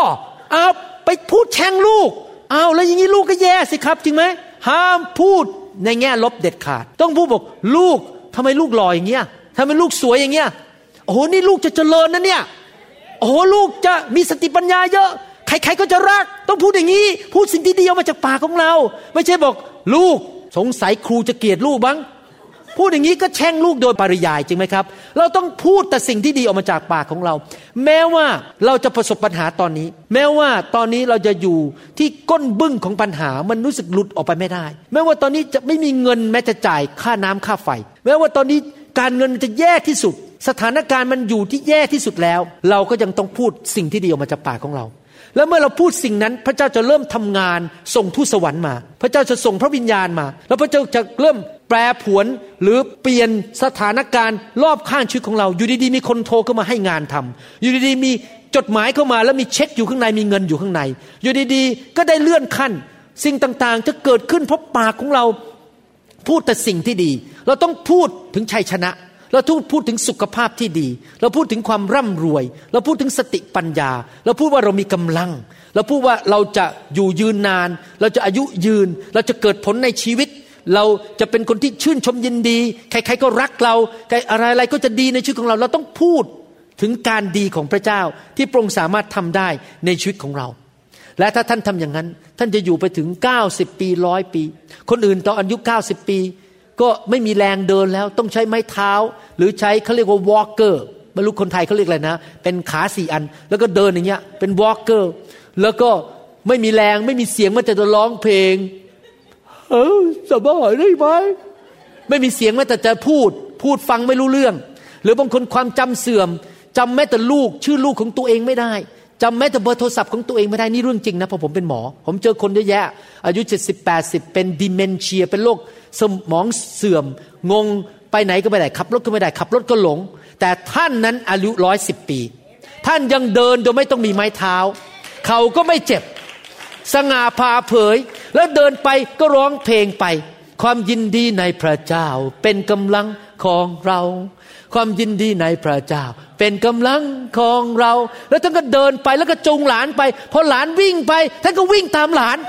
เอาไปพูดแช่งลูกเอาแล้วอย่างนี้ลูกก็แย่สิครับจริงไหมห้ามพูดในแง่ลบเด็ดขาดต้องพูดบอกลูกทำไมลูกหล่ออย่างเงี้ยทำไมลูกสวยอย่างเงี้ยโอ้โหนี่ลูกจะเจริญนะเนี่ยโอ้โหลูกจะมีสติปัญญาเยอะใครๆก็จะรักต้องพูดอย่างนี้พูดสิ่งที่ดีออกมาจากปากของเราไม่ใช่บอกลูกสงสัยครูจะเกลียดลูกบ้างพูดอย่างนี้ก็แช่งลูกโดยปริยายจริงไหมครับเราต้องพูดแต่สิ่งที่ดีออกมาจากปากของเราแม้ว่าเราจะประสบปัญหาตอนนี้แม้ว่าตอนนี้เราจะอยู่ที่ก้นบึ้งของปัญหามันรู้สึกหลุดออกไปไม่ได้แม้ว่าตอนนี้จะไม่มีเงินแม้จะจ่ายค่าน้ำค่าไฟแม้ว่าตอนนี้การเงินจะแย่ที่สุดสถานการณ์มันอยู่ที่แย่ที่สุดแล้วเราก็ยังต้องพูดสิ่งที่ดีออกมาจากปากของเราแล้วเมื่อเราพูดสิ่งนั้นพระเจ้าจะเริ่มทำงานส่งทูตสวรรค์มาพระเจ้าจะส่งพระวิญญาณมาแล้วพระเจ้าจะเริ่มแปรผวนหรือเปลี่ยนสถานการณ์รอบข้างชีวิตของเราอยู่ดีๆมีคนโทรเข้ามาให้งานทำอยู่ดีๆมีจดหมายเข้ามาแล้วมีเช็คอยู่ข้างในมีเงินอยู่ข้างในอยู่ดีๆก็ได้เลื่อนขั้นสิ่งต่างๆจะเกิดขึ้นเพราะปากของเราพูดแต่สิ่งที่ดีเราต้องพูดถึงชัยชนะเราพูดถึงสุขภาพที่ดีเราพูดถึงความร่ำรวยเราพูดถึงสติปัญญาเราพูดว่าเรามีกำลังเราพูดว่าเราจะอยู่ยืนนานเราจะอายุยืนเราจะเกิดผลในชีวิตเราจะเป็นคนที่ชื่นชมยินดีใครๆก็รักเราอะไรๆก็จะดีในชีวิตของเราเราต้องพูดถึงการดีของพระเจ้าที่พระองค์สามารถทำได้ในชีวิตของเราและถ้าท่านทำอย่างนั้นท่านจะอยู่ไปถึง90ปี100ปีคนอื่นตอนอายุ90ปีก็ไม่มีแรงเดินแล้วต้องใช้ไม้เท้าหรือใช้เขาเรียกว่าวอล์กเกอร์ไม่รู้คนไทยเขาเรียกอะไรนะเป็นขา4อันแล้วก็เดินอย่างเงี้ยเป็นวอล์กเกอร์แล้วก็ไม่มีแรงไม่มีเสียงมันจะร้องเพลงสบายได้ไหมไม่มีเสียงแม้แต่จะพูดฟังไม่รู้เรื่องหรือบางคนความจำเสื่อมจำแม้แต่ลูกชื่อลูกของตัวเองไม่ได้จำแม้แต่เบอร์โทรศัพท์ของตัวเองไม่ได้นี่เรื่องจริงนะเพราะผมเป็นหมอผมเจอคนเยอะแยะอายุ70-80เป็นดิเมนเชียเป็นโรคสมองเสื่อมงงไปไหนก็ไม่ได้ขับรถก็ไม่ได้ขับรถก็หลงแต่ท่านนั้นอายุ110ปีท่านยังเดินโดยไม่ต้องมีไม้เท้าเขาก็ไม่เจ็บสง่าผ่าเผยแล้วเดินไปก็ร้องเพลงไปความยินดีในพระเจ้าเป็นกำลังของเราความยินดีในพระเจ้าเป็นกำลังของเราแล้วท่านก็เดินไปแล้วก็จูงหลานไปพอหลานวิ่งไปท่านก็วิ่งตามหลาน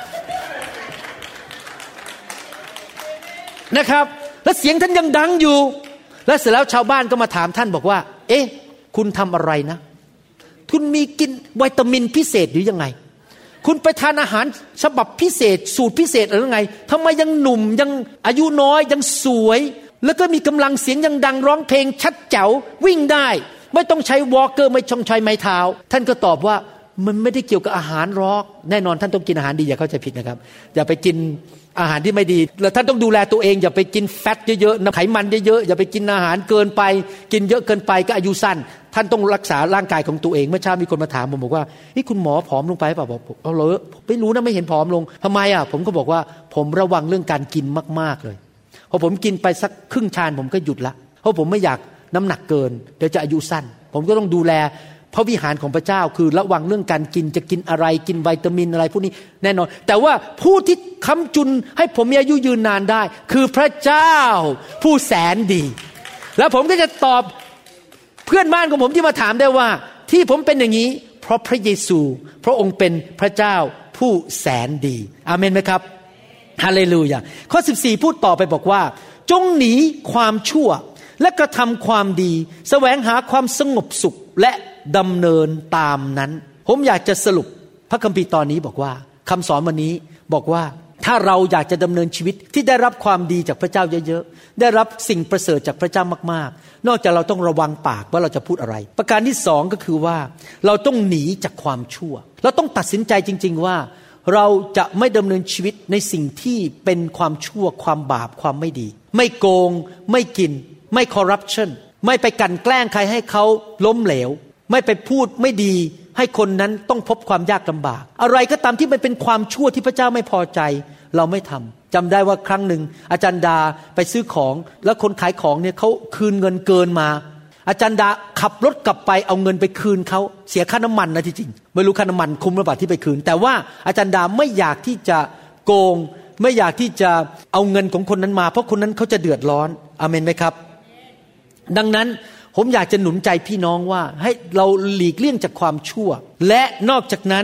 นะครับแล้วเสียงท่านยังดังอยู่แล้วเสร็จแล้วชาวบ้านก็มาถามท่านบอกว่าเอ๊ะคุณทำอะไรนะคุณมีกินวิตามินพิเศษหรือยังไงคุณไปทานอาหารฉบับพิเศษสูตรพิเศษหรือไงทำไมยังหนุ่มยังอายุน้อยยังสวยแล้วก็มีกำลังเสียงยังดังร้องเพลงชัดแจ๋ววิ่งได้ไม่ต้องใช้วอล์กเกอร์ไม่ต้องใช้ไม้เท้าท่านก็ตอบว่ามันไม่ได้เกี่ยวกับอาหารหรอกแน่นอนท่านต้องกินอาหารดีอย่าเข้าใจผิดนะครับอย่าไปกินอาหารที่ไม่ดีแล้วท่านต้องดูแลตัวเองอย่าไปกินแฟตเยอะๆไขมันเยอะๆอย่าไปกินอาหารเกินไปกินเยอะเกินไปก็อายุสั้นท่านต้องรักษาร่างกายของตัวเองเมื่อเช้ามีคนมาถามผมบอกว่านี่คุณหมอผอมลงไปเปล่าบอกเอาเลยไม่รู้นะไม่เห็นผอมลงทำไมผมก็บอกว่าผมระวังเรื่องการกินมากๆเลยพอผมกินไปสักครึ่งชานผมก็หยุดละเพราะผมไม่อยากน้ำหนักเกินเดี๋ยวจะอายุสั้นผมก็ต้องดูแลพระวิหารของพระเจ้าคือระวังเรื่องการกินจะกินอะไรกินวิตามินอะไรพวกนี้แน่นอนแต่ว่าผู้ที่ค้ำจุนให้ผมมีอายุยืนนานได้คือพระเจ้าผู้แสนดีแล้วผมก็จะตอบเพื่อนบ้านของผมที่มาถามได้ว่าที่ผมเป็นอย่างนี้เพราะพระเยซูพระองค์เป็นพระเจ้าผู้แสนดีอาเมนไหมครับฮาเลลูยาข้อ14พูดต่อไปบอกว่าจงหนีความชั่วและกระทำความดีแสวงหาความสงบสุขและดำเนินตามนั้นผมอยากจะสรุปพระคัมภีร์ตอนนี้บอกว่าคำสอนวันนี้บอกว่าถ้าเราอยากจะดำเนินชีวิตที่ได้รับความดีจากพระเจ้าเยอะๆได้รับสิ่งประเสริฐจากพระเจ้ามากๆนอกจากเราต้องระวังปากว่าเราจะพูดอะไรประการที่2ก็คือว่าเราต้องหนีจากความชั่วเราต้องตัดสินใจจริงๆว่าเราจะไม่ดำเนินชีวิตในสิ่งที่เป็นความชั่วความบาปความไม่ดีไม่โกงไม่กินไม่คอร์รัปชันไม่ไปกลั่นแกล้งใครให้เขาล้มเหลวไม่ไปพูดไม่ดีให้คนนั้นต้องพบความยากลำบากอะไรก็ตามที่มันเป็นความชั่วที่พระเจ้าไม่พอใจเราไม่ทำจำได้ว่าครั้งหนึ่งอาจารย์ดาไปซื้อของแล้วคนขายของเนี่ยเขาคืนเงินเกินมาอาจารย์ดาขับรถกลับไปเอาเงินไปคืนเขาเสียค่าน้ำมันนะที่จริงไม่รู้ค่าน้ำมันคุ้มหรือเปล่าที่ไปคืนแต่ว่าอาจารย์ดาไม่อยากที่จะโกงไม่อยากที่จะเอาเงินของคนนั้นมาเพราะคนนั้นเขาจะเดือดร้อนอาเมนไหมครับดังนั้นผมอยากจะหนุนใจพี่น้องว่าให้เราหลีกเลี่ยงจากความชั่วและนอกจากนั้น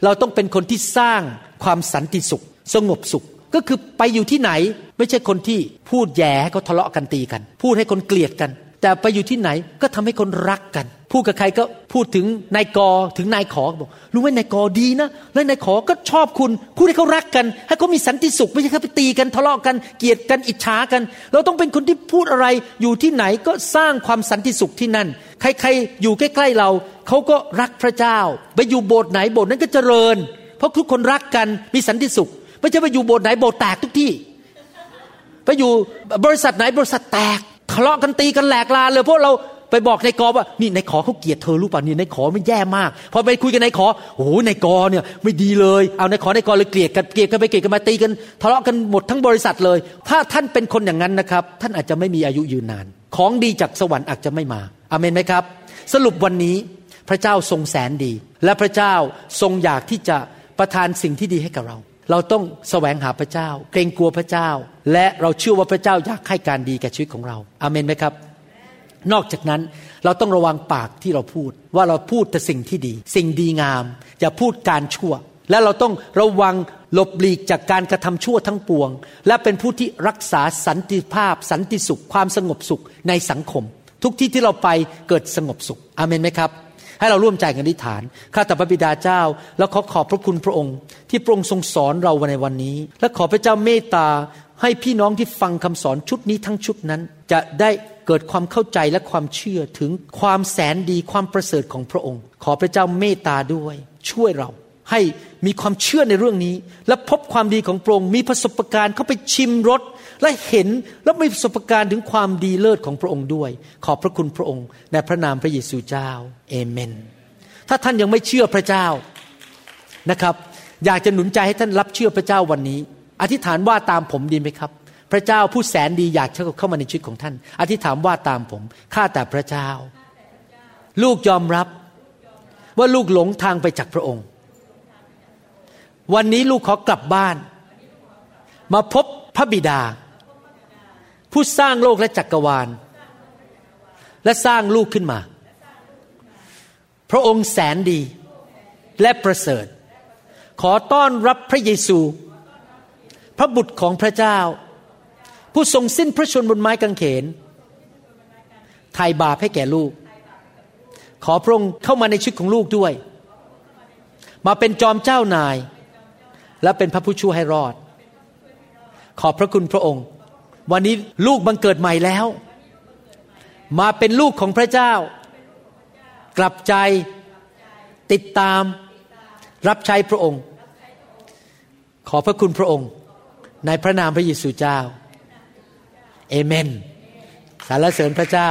เราต้องเป็นคนที่สร้างความสันติสุขสงบสุขก็คือไปอยู่ที่ไหนไม่ใช่คนที่พูดแย่ให้เขาทะเลาะกันตีกันพูดให้คนเกลียดกันแต่ไปอยู่ที่ไหนก็ทำให้คนรักกันพูดกับใครก็พูดถึงนายกถึงนายขอบอกรู้ไหมนายกดีนะแล้วนายขอก็ชอบคุณพูดให้เขารักกันให้เขามีสันติสุขไม่ใช่เขาไปตีกันทะเลาะกันเกลียดกันอิจฉากันเราต้องเป็นคนที่พูดอะไรอยู่ที่ไหนก็สร้างความสันติสุขที่นั่นใครๆอยู่ใกล้ๆเราเขาก็รักพระเจ้าไปอยู่โบสถ์ไหนโบสถ์นั้นก็เจริญเพราะทุกคนรักกันมีสันติสุขไม่ใช่ไปอยู่โบสถ์ไหนโบสถ์แตกทุกที่ไปอยู่บริษัทไหนบริษัทแตกทะเลาะกันตีกันแหลกลานเลยเพราะเราไปบอกนายกว่านี่นายขอเขาเกลียดเธอรู้ป่ะนี่นายขอมันแย่มากพอไปคุยกับนายขอโอ้โหนายกเนี่ยไม่ดีเลยเอานายขเลยเกลียดกันไปเกลียดกันมาตีกันทะเลาะกันหมดทั้งบริษัทเลยถ้าท่านเป็นคนอย่างนั้นนะครับท่านอาจจะไม่มีอายุยืนนานของดีจากสวรรค์อาจจะไม่มาอาเมนไหมครับสรุปวันนี้พระเจ้าทรงแสนดีและพระเจ้าทรงอยากที่จะประทานสิ่งที่ดีให้กับเราต้องแสวงหาพระเจ้าเกรงกลัวพระเจ้าและเราเชื่อว่าพระเจ้าอยากให้การดีแก่ชีวิตของเราอาเมนไหมครับนอกจากนั้นเราต้องระวังปากที่เราพูดว่าเราพูดแต่สิ่งที่ดีสิ่งดีงามอย่าพูดการชั่วและเราต้องระวังหลบหลีกจากการกระทำชั่วทั้งปวงและเป็นผู้ที่รักษาสันติภาพสันติสุขความสงบสุขในสังคมทุกที่ที่เราไปเกิดสงบสุขอาเมนไหมครับให้เราร่วมใจกันอธิษฐานข้าแต่พระบิดาเจ้าแล้วขอบพระคุณพระองค์ที่พระองค์ทรงสอนเราในวันนี้และขอพระเจ้าเมตตาให้พี่น้องที่ฟังคำสอนชุดนี้ทั้งชุดนั้นจะได้เกิดความเข้าใจและความเชื่อถึงความแสนดีความประเสริฐของพระองค์ขอพระเจ้าเมตตาด้วยช่วยเราให้มีความเชื่อในเรื่องนี้และพบความดีของพระองค์มีประสบการณ์เข้าไปชิมรสและเห็นและมีประสบการณ์ถึงความดีเลิศของพระองค์ด้วยขอบพระคุณพระองค์ในพระนามพระเยซูเจ้าเอเมนถ้าท่านยังไม่เชื่อพระเจ้านะครับอยากจะหนุนใจให้ท่านรับเชื่อพระเจ้าวันนี้อธิษฐานว่าตามผมดีไหมครับพระเจ้าผู้แสนดีอยากเข้ามาในชีวิตของท่านอธิษฐานว่าตามผมข้าแต่พระเจ้าลูกยอมรับว่าลูกหลงทางไปจากพระองค์วันนี้ลูกขอกลับบ้านมาพบพระบิดาผู้สร้างโลกและจักรวาลและสร้างลูกขึ้นมาพระองค์แสนดีและประเสริฐขอต้อนรับพระเยซูพระบุตรของพระเจ้าผู้ทรงสิ้นพระชนม์บนไม้กางเขนไถ่บาปให้แก่ลูกขอพระองค์เข้ามาในชีวิตของลูกด้วยมาเป็นจอมเจ้านายและเป็นพระผู้ช่วยให้รอดขอบพระคุณพระองค์วันนี้ลูกบังเกิดใหม่แล้วมาเป็นลูกของพระเจ้ากลับใจติดตามรับใช้พระองค์ขอพระคุณพระองค์ในพระนามพระเยซูเจ้าเอเมนสรรเสริญพระเจ้า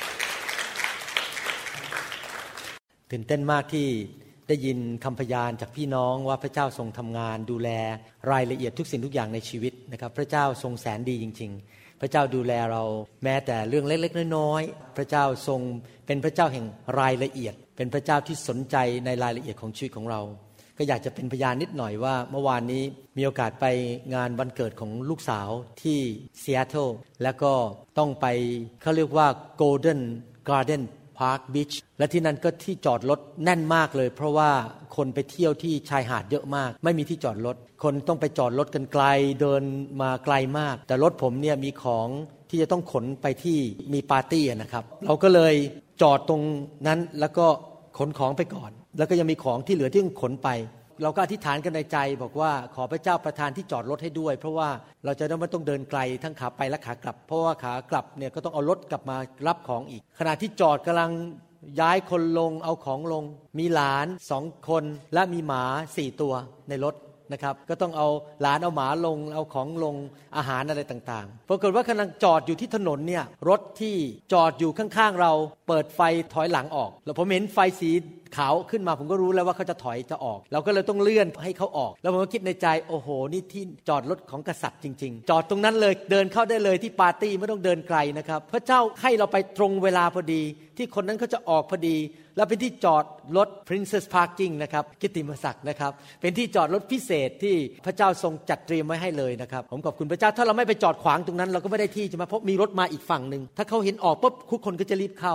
ตื่นเต้นมากที่ได้ยินคำพยานจากพี่น้องว่าพระเจ้าทรงทำงานดูแลรายละเอียดทุกสิ่งทุกอย่างในชีวิตนะครับพระเจ้าทรงแสนดีจริงๆพระเจ้าดูแลเราแม้แต่เรื่องเล็กๆน้อยๆพระเจ้าทรงเป็นพระเจ้าแห่งรายละเอียดเป็นพระเจ้าที่สนใจในรายละเอียดของชีวิตของเราก็อยากจะเป็นพยานนิดหน่อยว่าเมื่อวานนี้มีโอกาสไปงานวันเกิดของลูกสาวที่ซีแอตเทิลแล้วก็ต้องไปเขาเรียกว่า Golden Garden Park Beach และที่นั่นก็ที่จอดรถแน่นมากเลยเพราะว่าคนไปเที่ยวที่ชายหาดเยอะมากไม่มีที่จอดรถคนต้องไปจอดรถกันไกลเดินมาไกลมากแต่รถผมเนี่ยมีของที่จะต้องขนไปที่มีปาร์ตี้นะครับเราก็เลยจอดตรงนั้นแล้วก็ขนของไปก่อนแล้วก็ยังมีของที่เหลือที่ต้องขนไปเราก็อธิษฐานกันในใจบอกว่าขอพระเจ้าประทานที่จอดรถให้ด้วยเพราะว่าเราจะไม่ต้องเดินไกลทั้งขาไปและขากลับเพราะว่าขากลับเนี่ยก็ต้องเอารถกลับมารับของอีกขณะที่จอดกำลังย้ายคนลงเอาของลงมีหลาน2คนและมีหมา4ตัวในรถนะครับก็ต้องเอาหลานเอาหมาลงเอาของลงอาหารอะไรต่างๆปรากฏว่ากำลังจอดอยู่ที่ถนนเนี่ยรถที่จอดอยู่ข้างๆเราเปิดไฟถอยหลังออกแล้วผมเห็นไฟสีขาวขึ้นมาผมก็รู้แล้วว่าเขาจะถอยจะออกเราก็เลยต้องเลื่อนให้เขาออกแล้วผมก็คิดในใจโอ้โหนี่ที่จอดรถของกษัตริย์จริงๆจอดตรงนั้นเลยเดินเข้าได้เลยที่ปาร์ตี้ไม่ต้องเดินไกลนะครับพระเจ้าให้เราไปตรงเวลาพอดีที่คนนั้นเขาจะออกพอดีแล้วเป็นที่จอดรถ Princess Parking นะครับกิตติมศักดิ์นะครับเป็นที่จอดรถพิเศษที่พระเจ้าทรงจัดเตรียมไว้ให้เลยนะครับผมขอบคุณพระเจ้าถ้าเราไม่ไปจอดขวางตรงนั้นเราก็ไม่ได้ที่ใช่ไหมเพราะมีรถมาอีกฝั่งนึงถ้าเขาเห็นออกปุ๊บทุกคนก็จะรีบเข้า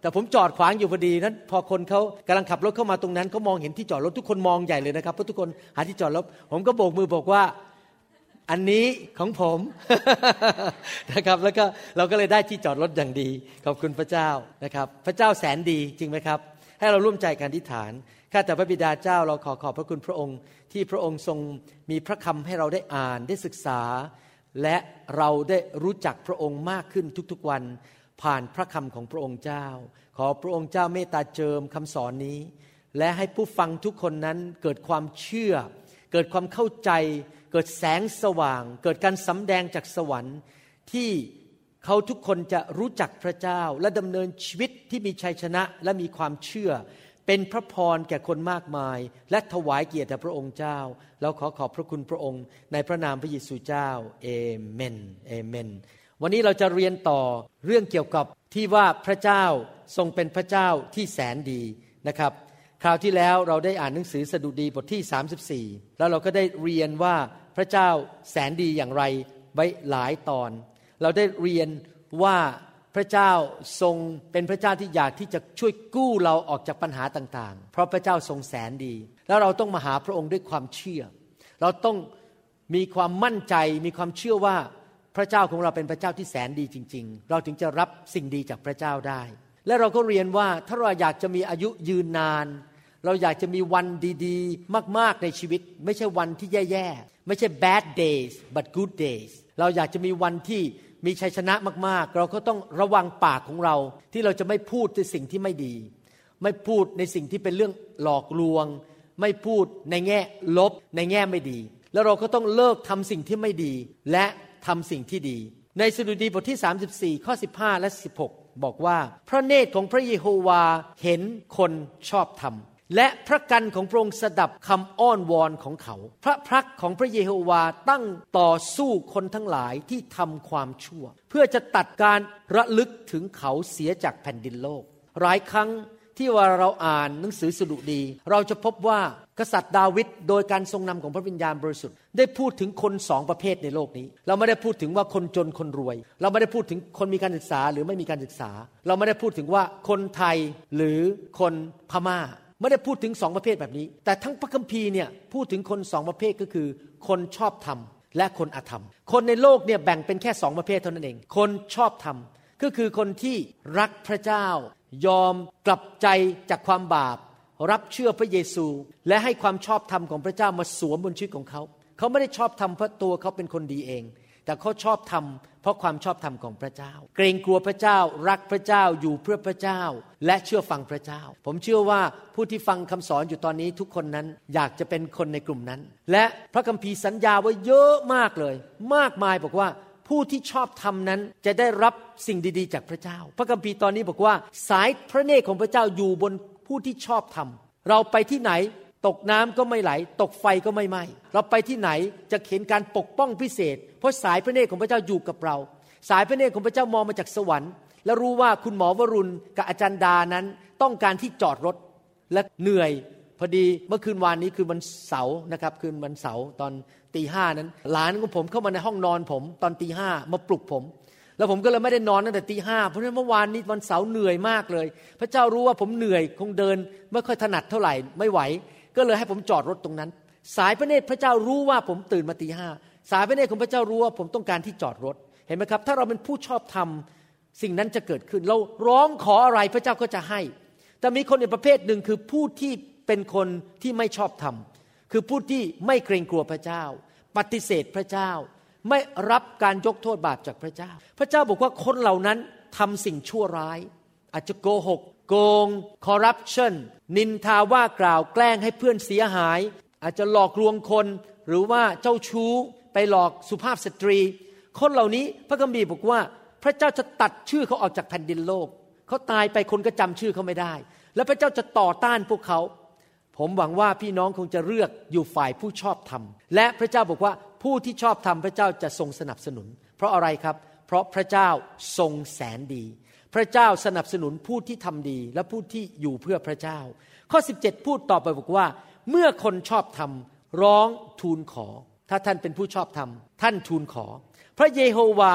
แต่ผมจอดขวางอยู่พอดีนั้นพอคนเขากำลังขับรถเข้ามาตรงนั้นเขามองเห็นที่จอดรถทุกคนมองใหญ่เลยนะครับเพราะทุกคนหาที่จอดรถผมก็โบกมือบอกว่าอันนี้ของผม นะครับแล้วก็เราก็เลยได้ที่จอดรถอย่างดีขอบคุณพระเจ้านะครับพระเจ้าแสนดีจริงไหมครับให้เราร่วมใจกันอธิษฐานข้าแต่พระบิดาเจ้าเราขอบพระคุณพระองค์ที่พระองค์ทรงมีพระคำให้เราได้อ่านได้ศึกษาและเราได้รู้จักพระองค์มากขึ้นทุกๆวันผ่านพระคำของพระองค์เจ้าขอพระองค์เจ้าเมตตาเจิมคำสอนนี้และให้ผู้ฟังทุกคนนั้นเกิดความเชื่อเกิดความเข้าใจเกิดแสงสว่างเกิดการสำแดงจากสวรรค์ที่เขาทุกคนจะรู้จักพระเจ้าและดำเนินชีวิตที่มีชัยชนะและมีความเชื่อเป็นพระพรแก่คนมากมายและถวายเกียรติแด่พระองค์เจ้าเราขอบพระคุณพระองค์ในพระนามพระเยซูเจ้าเอเมนเอเมนวันนี้เราจะเรียนต่อเรื่องเกี่ยวกับที่ว่าพระเจ้าทรงเป็นพระเจ้าที่แสนดีนะครับคราวที่แล้วเราได้อ่านหนังสือสดุดีบทที่34แล้วเราก็ได้เรียนว่าพระเจ้าแสนดีอย่างไรไว้หลายตอนเราได้เรียนว่าพระเจ้าทรงเป็นพระเจ้าที่อยากที่จะช่วยกู้เราออกจากปัญหาต่างๆเพราะพระเจ้าทรงแสนดีแล้วเราต้องมาหาพระองค์ด้วยความเชื่อเราต้องมีความมั่นใจมีความเชื่อว่าพระเจ้าของเราเป็นพระเจ้าที่แสนดีจริงๆเราถึงจะรับสิ่งดีจากพระเจ้าได้และเราก็เรียนว่าถ้าเราอยากจะมีอายุยืนนานเราอยากจะมีวันดีๆมากๆในชีวิตไม่ใช่วันที่แย่ๆไม่ใช่ bad days but good days เราอยากจะมีวันที่มีชัยชนะมากๆเราก็ต้องระวังปากของเราที่เราจะไม่พูดในสิ่งที่ไม่ดีไม่พูดในสิ่งที่เป็นเรื่องหลอกลวงไม่พูดในแง่ลบในแง่ไม่ดีแล้วเราก็ต้องเลิกทำสิ่งที่ไม่ดีและทำสิ่งที่ดีในสดุดีบทที่34ข้อ15และ16บอกว่าพระเนตรของพระเยโฮวาเห็นคนชอบธรรมและพระกันของพระองค์สดับคำอ้อนวอนของเขาพระพักของพระเยโฮวาตั้งต่อสู้คนทั้งหลายที่ทำความชั่วเพื่อจะตัดการระลึกถึงเขาเสียจากแผ่นดินโลกหลายครั้งที่ว่าเราอ่านหนังสือสดุดีเราจะพบว่ากษัตริย์ดาวิดโดยการทรงนำของพระวิญญาณบริสุทธิ์ได้พูดถึงคนสองประเภทในโลกนี้เราไม่ได้พูดถึงว่าคนจนคนรวยเราไม่ได้พูดถึงคนมีการศึกษาหรือไม่มีการศึกษาเราไม่ได้พูดถึงว่าคนไทยหรือคนพม่าไม่ได้พูดถึงสองประเภทแบบนี้แต่ทั้งพระคัมภีร์เนี่ยพูดถึงคนสองประเภทก็คือคนชอบธรรมและคนอธรรมคนในโลกเนี่ยแบ่งเป็นแค่สองประเภทเท่านั้นเองคนชอบธรรมก็คือคนที่รักพระเจ้ายอมกลับใจจากความบาปรับเชื่อพระเยซูและให้ความชอบธรรมของพระเจ้ามาสวมบนชีวิตของเขาเขาไม่ได้ชอบธรรมเพราะตัวเขาเป็นคนดีเองแต่เขาชอบธรรมเพราะความชอบธรรมของพระเจ้าเกรงกลัวพระเจ้ารักพระเจ้าอยู่เพื่อพระเจ้าและเชื่อฟังพระเจ้าผมเชื่อว่าผู้ที่ฟังคำสอนอยู่ตอนนี้ทุกคนนั้นอยากจะเป็นคนในกลุ่มนั้นและพระคัมภีร์สัญญาไว้เยอะมากเลยมากมายบอกว่าผู้ที่ชอบธรรมนั้นจะได้รับสิ่งดีๆจากพระเจ้าพระคัมภีร์ตอนนี้บอกว่าสายพระเนตรของพระเจ้าอยู่บนผู้ที่ชอบธรรมเราไปที่ไหนตกน้ำก็ไม่ไหลตกไฟก็ไม่ไหม้เราไปที่ไหนจะเห็นการปกป้องพิเศษเพราะสายพระเนตรของพระเจ้าอยู่กับเราสายพระเนตรของพระเจ้ามองมาจากสวรรค์และรู้ว่าคุณหมอวรุณกับอาจารย์ดานั้นต้องการที่จอดรถและเหนื่อยพอดีเมื่อคืนวานนี้คือวันเสาร์นะครับคืนวันเสาร์ตอนตีห้านั้นหลานของผมเข้ามาในห้องนอนผมตอนตีห้ามาปลุกผมแล้วผมก็เลยไม่ได้นอนตั้งแต่ตีห้าเพราะฉะนั้นเมื่อวานนี้วันเสาร์เหนื่อยมากเลยพระเจ้ารู้ว่าผมเหนื่อยคงเดินไม่ค่อยถนัดเท่าไหร่ไม่ไหวก็เลยให้ผมจอดรถตรงนั้นสายพระเนตรพระเจ้ารู้ว่าผมตื่นมาตีห้าสายพระเนตรของพระเจ้ารู้ว่าผมต้องการที่จอดรถเห็นไหมครับถ้าเราเป็นผู้ชอบธรรมสิ่งนั้นจะเกิดขึ้นเราร้องขออะไรพระเจ้าก็จะให้แต่มีคนอีกประเภทหนึ่งคือผู้ที่เป็นคนที่ไม่ชอบธรรมคือผู้ที่ไม่เกรงกลัวพระเจ้าปฏิเสธพระเจ้าไม่รับการยกโทษบาปจากพระเจ้าพระเจ้าบอกว่าคนเหล่านั้นทำสิ่งชั่วร้ายอาจจะโกหกโกงคอร์รัปชันนินทาว่ากล่าวแกล้งให้เพื่อนเสียหายอาจจะหลอกลวงคนหรือว่าเจ้าชู้ไปหลอกสุภาพสตรีคนเหล่านี้พระคัมภีร์บอกว่าพระเจ้าจะตัดชื่อเขาออกจากแผ่นดินโลกเขาตายไปคนก็จำชื่อเขาไม่ได้แล้วพระเจ้าจะต่อต้านพวกเขาผมหวังว่าพี่น้องคงจะเลือกอยู่ฝ่ายผู้ชอบธรรมและพระเจ้าบอกว่าผู้ที่ชอบธรรมพระเจ้าจะทรงสนับสนุนเพราะอะไรครับเพราะพระเจ้าทรงแสนดีพระเจ้าสนับสนุนผู้ที่ทำดีและผู้ที่อยู่เพื่อพระเจ้าข้อ17พูดต่อไปบอกว่าเมื่อคนชอบธรรมร้องทูลขอถ้าท่านเป็นผู้ชอบธรรมท่านทูลขอพระเยโฮวา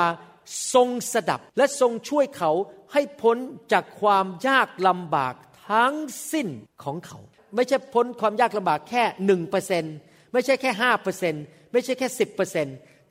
ทรงสดับและทรงช่วยเขาให้พ้นจากความยากลำบากทั้งสิ้นของเขาไม่ใช่พ้นความยากลำบากแค่ 1% ไม่ใช่แค่ 5% ไม่ใช่แค่ 10%แต่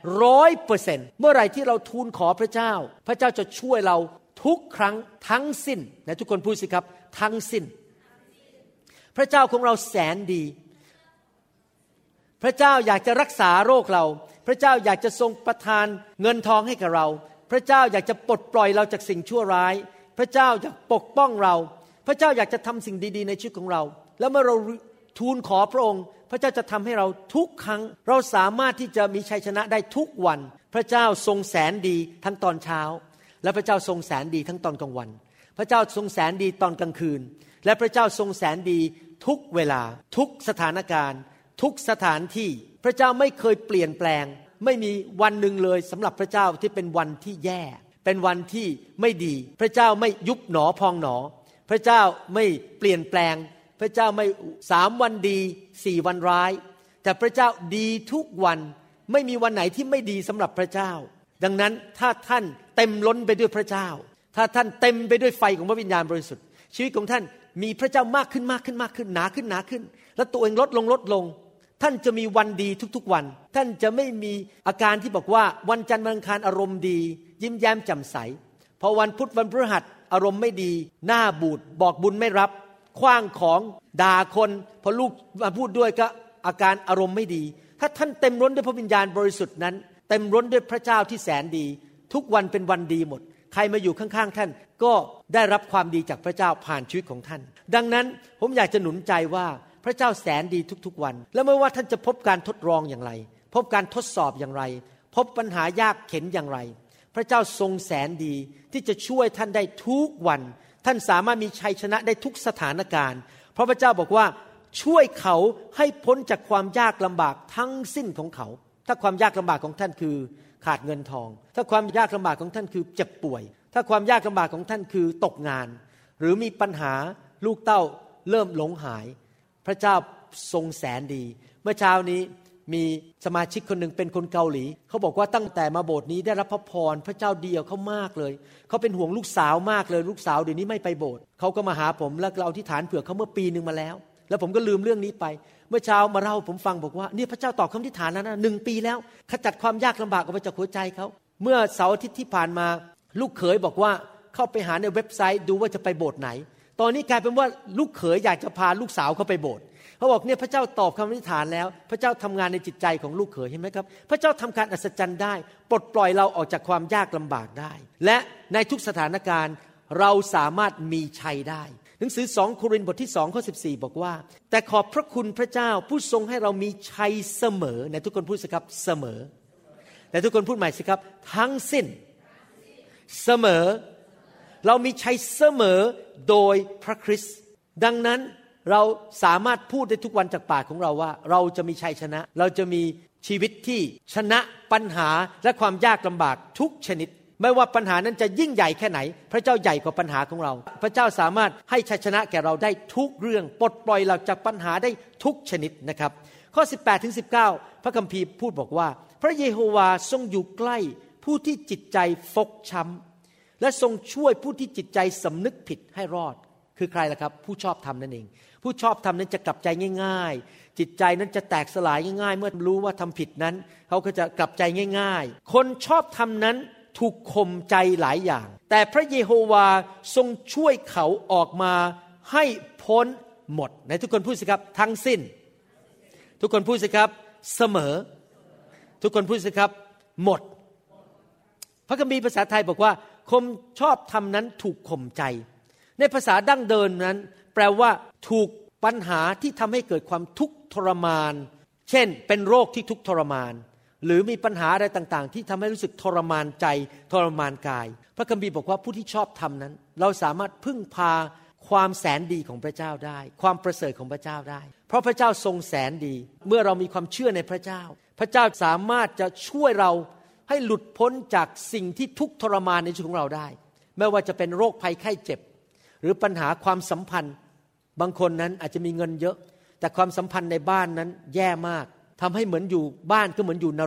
100% เมื่อไหร่ที่เราทูลขอพระเจ้าพระเจ้าจะช่วยเราทุกครั้งทั้งสิ้นนะทุกคนพูดสิครับทั้งสิ้นพระเจ้าของเราแสนดีพระเจ้าอยากจะรักษาโรคเราพระเจ้าอยากจะทรงประทานเงินทองให้กับเราพระเจ้าอยากจะปลดปล่อยเราจากสิ่งชั่วร้ายพระเจ้าอยากปกป้องเราพระเจ้าอยากจะทำสิ่งดีๆในชีวิตของเราแล้วเมื่อเราทูลขอพระองค์พระเจ้าจะทำให้เราทุกครั้งเราสามารถที่จะมีชัยชนะได้ทุกวันพระเจ้าทรงแสนดีทั้งตอนเช้าและพระเจ้าทรงแสนดีทั้งตอนกลางวันพระเจ้าทรงแสนดีตอนกลางคืนและพระเจ้าทรงแสนดีทุกเวลาทุกสถานการณ์ทุกสถานที่พระเจ้าไม่เคยเปลี่ยนแปลงไม่มีวันหนึ่งเลยสำหรับพระเจ้าที่เป็นวันที่แย่เป็นวันที่ไม่ดีพระเจ้าไม่ยุบหนอพองหนอพระเจ้าไม่เปลี่ยนแปลงพระเจ้าไม่3วันดี4วันร้ายแต่พระเจ้าดีทุกวันไม่มีวันไหนที่ไม่ดีสำหรับพระเจ้าดังนั้นถ้าท่านเต็มล้นไปด้วยพระเจ้าถ้าท่านเต็มไปด้วยไฟของพระวิญญาณบริสุทธิ์ชีวิตของท่านมีพระเจ้ามากขึ้นมากขึ้นมากขึ้นหนาขึ้นหนาขึ้นแล้วตัวเองลดลงท่านจะมีวันดีทุกๆวันท่านจะไม่มีอาการที่บอกว่าวันจันทร์วันอังคารอารมณ์ดียิ้มแย้มแจ่มใสพอวันพุธวันพฤหัสอารมณ์ไม่ดีหน้าบูดบอกบุญไม่รับขว้างของด่าคนพอลูกมาพูดด้วยก็อาการอารมณ์ไม่ดีถ้าท่านเต็มล้นด้วยพระวิญญาณบริสุทธิ์นั้นเต็มล้นด้วยพระเจ้าที่แสนดีทุกวันเป็นวันดีหมดใครมาอยู่ข้างๆท่านก็ได้รับความดีจากพระเจ้าผ่านชีวิตของท่านดังนั้นผมอยากจะหนุนใจว่าพระเจ้าแสนดีทุกๆวันและไม่ว่าท่านจะพบการทดลองอย่างไรพบการทดสอบอย่างไรพบปัญหายากเข็ญอย่างไรพระเจ้าทรงแสนดีที่จะช่วยท่านได้ทุกวันท่านสามารถมีชัยชนะได้ทุกสถานการณ์เพราะพระเจ้าบอกว่าช่วยเขาให้พ้นจากความยากลำบากทั้งสิ้นของเขาถ้าความยากลำบากของท่านคือขาดเงินทองถ้าความยากลำบากของท่านคือเจ็บป่วยถ้าความยากลำบากของท่านคือตกงานหรือมีปัญหาลูกเต้าเริ่มหลงหายพระเจ้าทรงแสนดีเมื่อเช้านี้มีสมาชิกคนหนึ่งเป็นคนเกาหลีเขาบอกว่าตั้งแต่มาโบสถ์นี้ได้รับพระพรพระเจ้าดีกับเขามากเลยเขาเป็นห่วงลูกสาวมากเลยลูกสาวเดี๋ยวนี้ไม่ไปโบสถ์เขาก็มาหาผมแล้วเราอธิษฐานเผื่อเขาเมื่อปีนึงมาแล้วแล้วผมก็ลืมเรื่องนี้ไปเมื่อเช้ามาเล่าผมฟังบอกว่านี่พระเจ้าตอบคำอธิษฐานแล้วนะ1 ปีแล้วขจัดความยากลำบากออกไปจากหัวใจเขาเมื่อเสาร์อาทิตย์ที่ผ่านมาลูกเขยบอกว่าเข้าไปหาในเว็บไซต์ดูว่าจะไปโบสถ์ไหนตอนนี้กลายเป็นว่าลูกเขยอยากจะพาลูกสาวเขาไปโบสถ์เขาบอกเนี่ยพระเจ้าตอบคำอธิษฐานแล้วพระเจ้าทำงานในจิตใจของลูกเขยเห็นไหมครับพระเจ้าทำการอัศจรรย์ได้ปลดปล่อยเราออกจากความยากลำบากได้และในทุกสถานการณ์เราสามารถมีชัยได้หนังสือ2 โครินธ์บทที่2 ข้อ 14บอกว่าแต่ขอบพระคุณพระเจ้าผู้ทรงให้เรามีชัยเสมอในทุกคนพูดสิครับเสมอแต่ทุกคนพูดใหม่สิครับทั้งสิ้นเสมอเรามีชัยเสมอโดยพระคริสต์ดังนั้นเราสามารถพูดได้ทุกวันจากปากของเราว่าเราจะมีชัยชนะเราจะมีชีวิตที่ชนะปัญหาและความยากลำบากทุกชนิดไม่ว่าปัญหานั้นจะยิ่งใหญ่แค่ไหนพระเจ้าใหญ่กว่าปัญหาของเราพระเจ้าสามารถให้ชัยชนะแก่เราได้ทุกเรื่องปลดปล่อยเราจากปัญหาได้ทุกชนิดนะครับข้อ 18-19 พระคัมภีร์พูดบอกว่าพระเยโฮวาทรงอยู่ใกล้ผู้ที่จิตใจฟกช้ำและทรงช่วยผู้ที่จิตใจสำนึกผิดให้รอดคือใครล่ะครับผู้ชอบธรรมนั่นเองผู้ชอบธรรมนั้นจะกลับใจง่ายๆจิตใจนั้นจะแตกสลายง่ายๆเมื่อรู้ว่าทำผิดนั้นเขาก็จะกลับใจง่ายๆคนชอบธรรมนั้นถูกข่มใจหลายอย่างแต่พระเยโฮวาทรงช่วยเขาออกมาให้พ้นหมดไหนทุกคนพูดสิครับทั้งสิ้นทุกคนพูดสิครับเสมอทุกคนพูดสิครับหมดพระคัมภีร์ภาษาไทยบอกว่าคนชอบธรรมนั้นถูกข่มใจในภาษาดั้งเดิมนั้นแปลว่าถูกปัญหาที่ทำให้เกิดความทุกข์ทรมานเช่นเป็นโรคที่ทุกข์ทรมานหรือมีปัญหาอะไรต่างๆที่ทำให้รู้สึกทรมานใจทรมานกายพระคัมภีร์บอกว่าผู้ที่ชอบธรรมนั้นเราสามารถพึ่งพาความแสนดีของพระเจ้าได้ความประเสริฐของพระเจ้าได้เพราะพระเจ้าทรงแสนดีเมื่อเรามีความเชื่อในพระเจ้าพระเจ้าสามารถจะช่วยเราให้หลุดพ้นจากสิ่งที่ทุกข์ทรมานในชีวิตของเราได้ไม่ว่าจะเป็นโรคภัยไข้เจ็บหรือปัญหาความสัมพันธ์บางคนนั้นอาจจะมีเงินเยอะแต่ความสัมพันธ์ในบ้านนั้นแย่มากทำให้เหมือนอยู่บ้านก็เหมือนอยู่นรก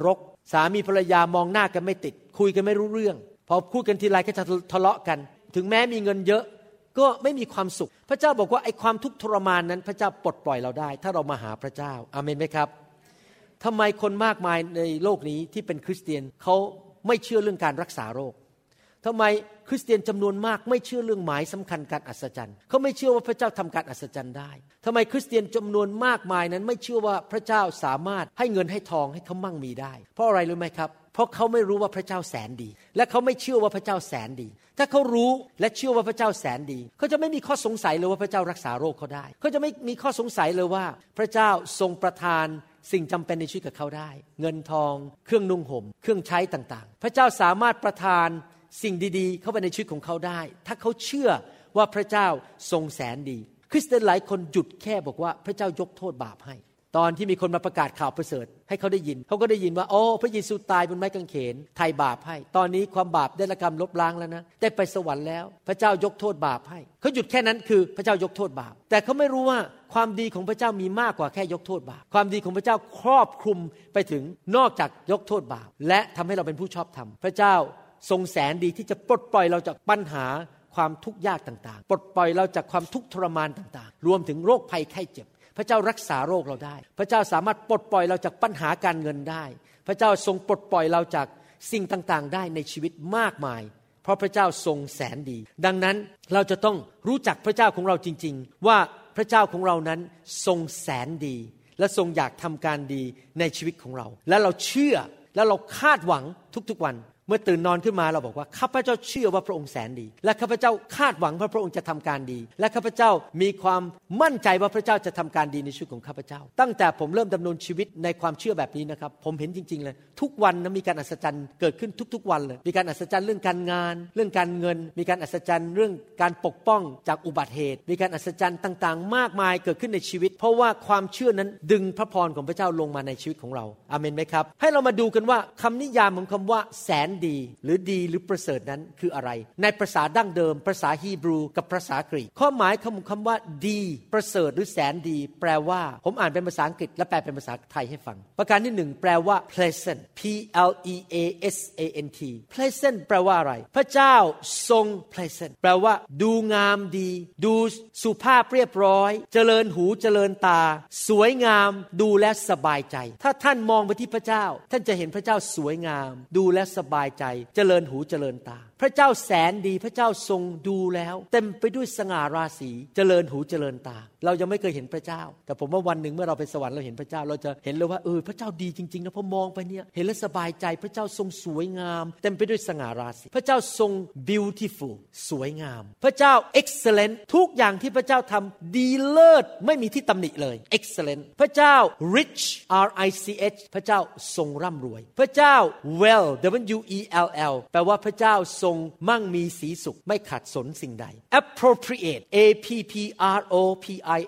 สามีภรรยามองหน้ากันไม่ติดคุยกันไม่รู้เรื่องพอพูดกันทีไรก็จะทะเลาะกันถึงแม้มีเงินเยอะก็ไม่มีความสุขพระเจ้าบอกว่าไอ้ความทุกข์ทรมานนั้นพระเจ้าปลดปล่อยเราได้ถ้าเรามาหาพระเจ้าอาเมนไหมครับทำไมคนมากมายในโลกนี้ที่เป็นคริสเตียนเขาไม่เชื่อเรื่องการรักษาโรคทำไมคริสเตียนจำนวนมากไม่เชื่อเรื่องหมายสำคัญการอัศจรรย์เขาไม่เชื่อว่าพระเจ้าทำการอัศจรรย์ได้ทำไมคริสเตียนจำนวนมากมายนั้นไม่เชื่อว่าพระเจ้าสามารถให้เงินให้ทองให้เขามั่งมีได้เพราะอะไรรู้ไหมครับเพราะเขาไม่รู้ว่าพระเจ้าแสนดีและเขาไม่เชื่อว่าพระเจ้าแสนดีถ้าเขารู้และเชื่อว่าพระเจ้าแสนดีเขาจะไม่มีข้อสงสัยเลยว่าพระเจ้ารักษาโรคเขาได้เขาจะไม่มีข้อสงสัยเลยว่าพระเจ้าทรงประทานสิ่งจำเป็นในชีวิตกับเขาได้เงินทองเครื่องนุ่งห่มเครื่องใช้ต่างๆพระเจ้าสามารถประทานสิ่งดีๆเข้าไปในชีวิตของเขาได้ถ้าเขาเชื่อว่าพระเจ้าทรงแสนดีคริสเตียนหลายคนหยุดแค่บอกว่าพระเจ้ายกโทษบาปให้ตอนที่มีคนมาประกาศข่าวประเสริฐให้เขาได้ยินเขาก็ได้ยินว่าโอ้พระเยซูตายบนไม้กางเขนไถ่บาปให้ตอนนี้ความบาปได้ละกรรมลบล้างแล้วนะได้ไปสวรรค์แล้วพระเจ้ายกโทษบาปให้เขาหยุดแค่นั้นคือพระเจ้ายกโทษบาปแต่เขาไม่รู้ว่าความดีของพระเจ้ามีมากกว่าแค่ยกโทษบาปความดีของพระเจ้าครอบคลุมไปถึงนอกจากยกโทษบาปและทำให้เราเป็นผู้ชอบธรรมพระเจ้าทรงแสนดีที่จะปลดปล่อยเราจากปัญหาความทุกข์ยากต่างๆปลดปล่อยเราจากความทุกข์ทรมานต่างๆรวมถึงโรคภัยไข้เจ็บพระเจ้ารักษาโรคเราได้พระเจ้าสามารถปลดปล่อยเราจากปัญหาการเงินได้พระเจ้าทรงปลดปล่อยเราจากสิ่งต่างๆได้ในชีวิตมากมายเพราะพระเจ้าทรงแสนดีดังนั้นเราจะต้องรู้จักพระเจ้าของเราจริงๆว่าพระเจ้าของเรานั้นทรงแสนดีและทรงอยากทำการดีในชีวิตของเราและเราเชื่อและเราคาดหวังทุกๆวันเมื่อตื่นนอนขึ้นมาเราบอกว่าข้าพเจ้าเชื่อว่าพระองค์แสนดีและข้าพเจ้าคาดหวังว่าพระองค์จะทำการดีและข้าพเจ้ามีความมั่นใจว่าพระเจ้าจะทำการดีในชีวิตของข้าพเจ้าตั้งแต่ผมเริ่มดำเนินชีวิตในความเชื่อแบบนี้นะครับผมเห็นจริงๆเลยทุกวันนะมีการอัศจรรย์เกิดขึ้นทุกๆวันเลยมีการอัศจรรย์เรื่องการงานเรื่องการเงินมีการอัศจรรย์เรื่องการปกป้องจากอุบัติเหตุมีการอัศจรรย์ต่างๆมากมายเกิดขึ้นในชีวิตเพราะว่าความเชื่อนั้นดึงพระพรของพระเจ้าลงมาในชีวิตของเราอาเมนไหมครับให้เรามาดูกันว่าคำนิยามของคำว่าแสนดีหรือหรือประเสริฐนั้นคืออะไรในภาษาดั้งเดิมภาษาฮีบรูกับภาษากรีกความหมายคำว่าดีประเสริฐหรือแสนดีแปลว่าผมอ่านเป็นภาษาอังกฤษและแปลเป็นภาษาไทยให้ฟังประการที่1แปลว่า pleasant p l e a s a n t pleasant แปลว่าอะไรพระเจ้าทรง pleasant แปลว่าดูงามดีดูสุภาพเรียบร้อยเจริญหูเจริญตาสวยงามดูและสบายใจถ้าท่านมองไปที่พระเจ้าท่านจะเห็นพระเจ้าสวยงามดูและสบายใจเจริญหูเจริญตาพระเจ้าแสนดีพระเจ้าทรงดูแล้วเต็มไปด้วยสง่าราศีเจริญหูเจริญตาเรายังไม่เคยเห็นพระเจ้าแต่ผมว่าวันหนึ่งเมื่อเราไปสวรรค์เราเห็นพระเจ้าเราจะเห็นเลยว่าพระเจ้าดีจริงๆนะพอมองไปเนี่ยเห็นแล้วสบายใจพระเจ้าทรงสวยงามเต็มไปด้วยสง่าราศีพระเจ้าทรง beautiful สวยงามพระเจ้า excellent ทุกอย่างที่พระเจ้าทำดีเลิศไม่มีที่ตำหนิเลย excellent พระเจ้า rich r i c h พระเจ้าทรงร่ำรวยพระเจ้า well w e l l แปลว่าพระเจ้าทรงมั่งมีสีสุขไม่ขัดสนสิ่งใด appropriate a p p r o p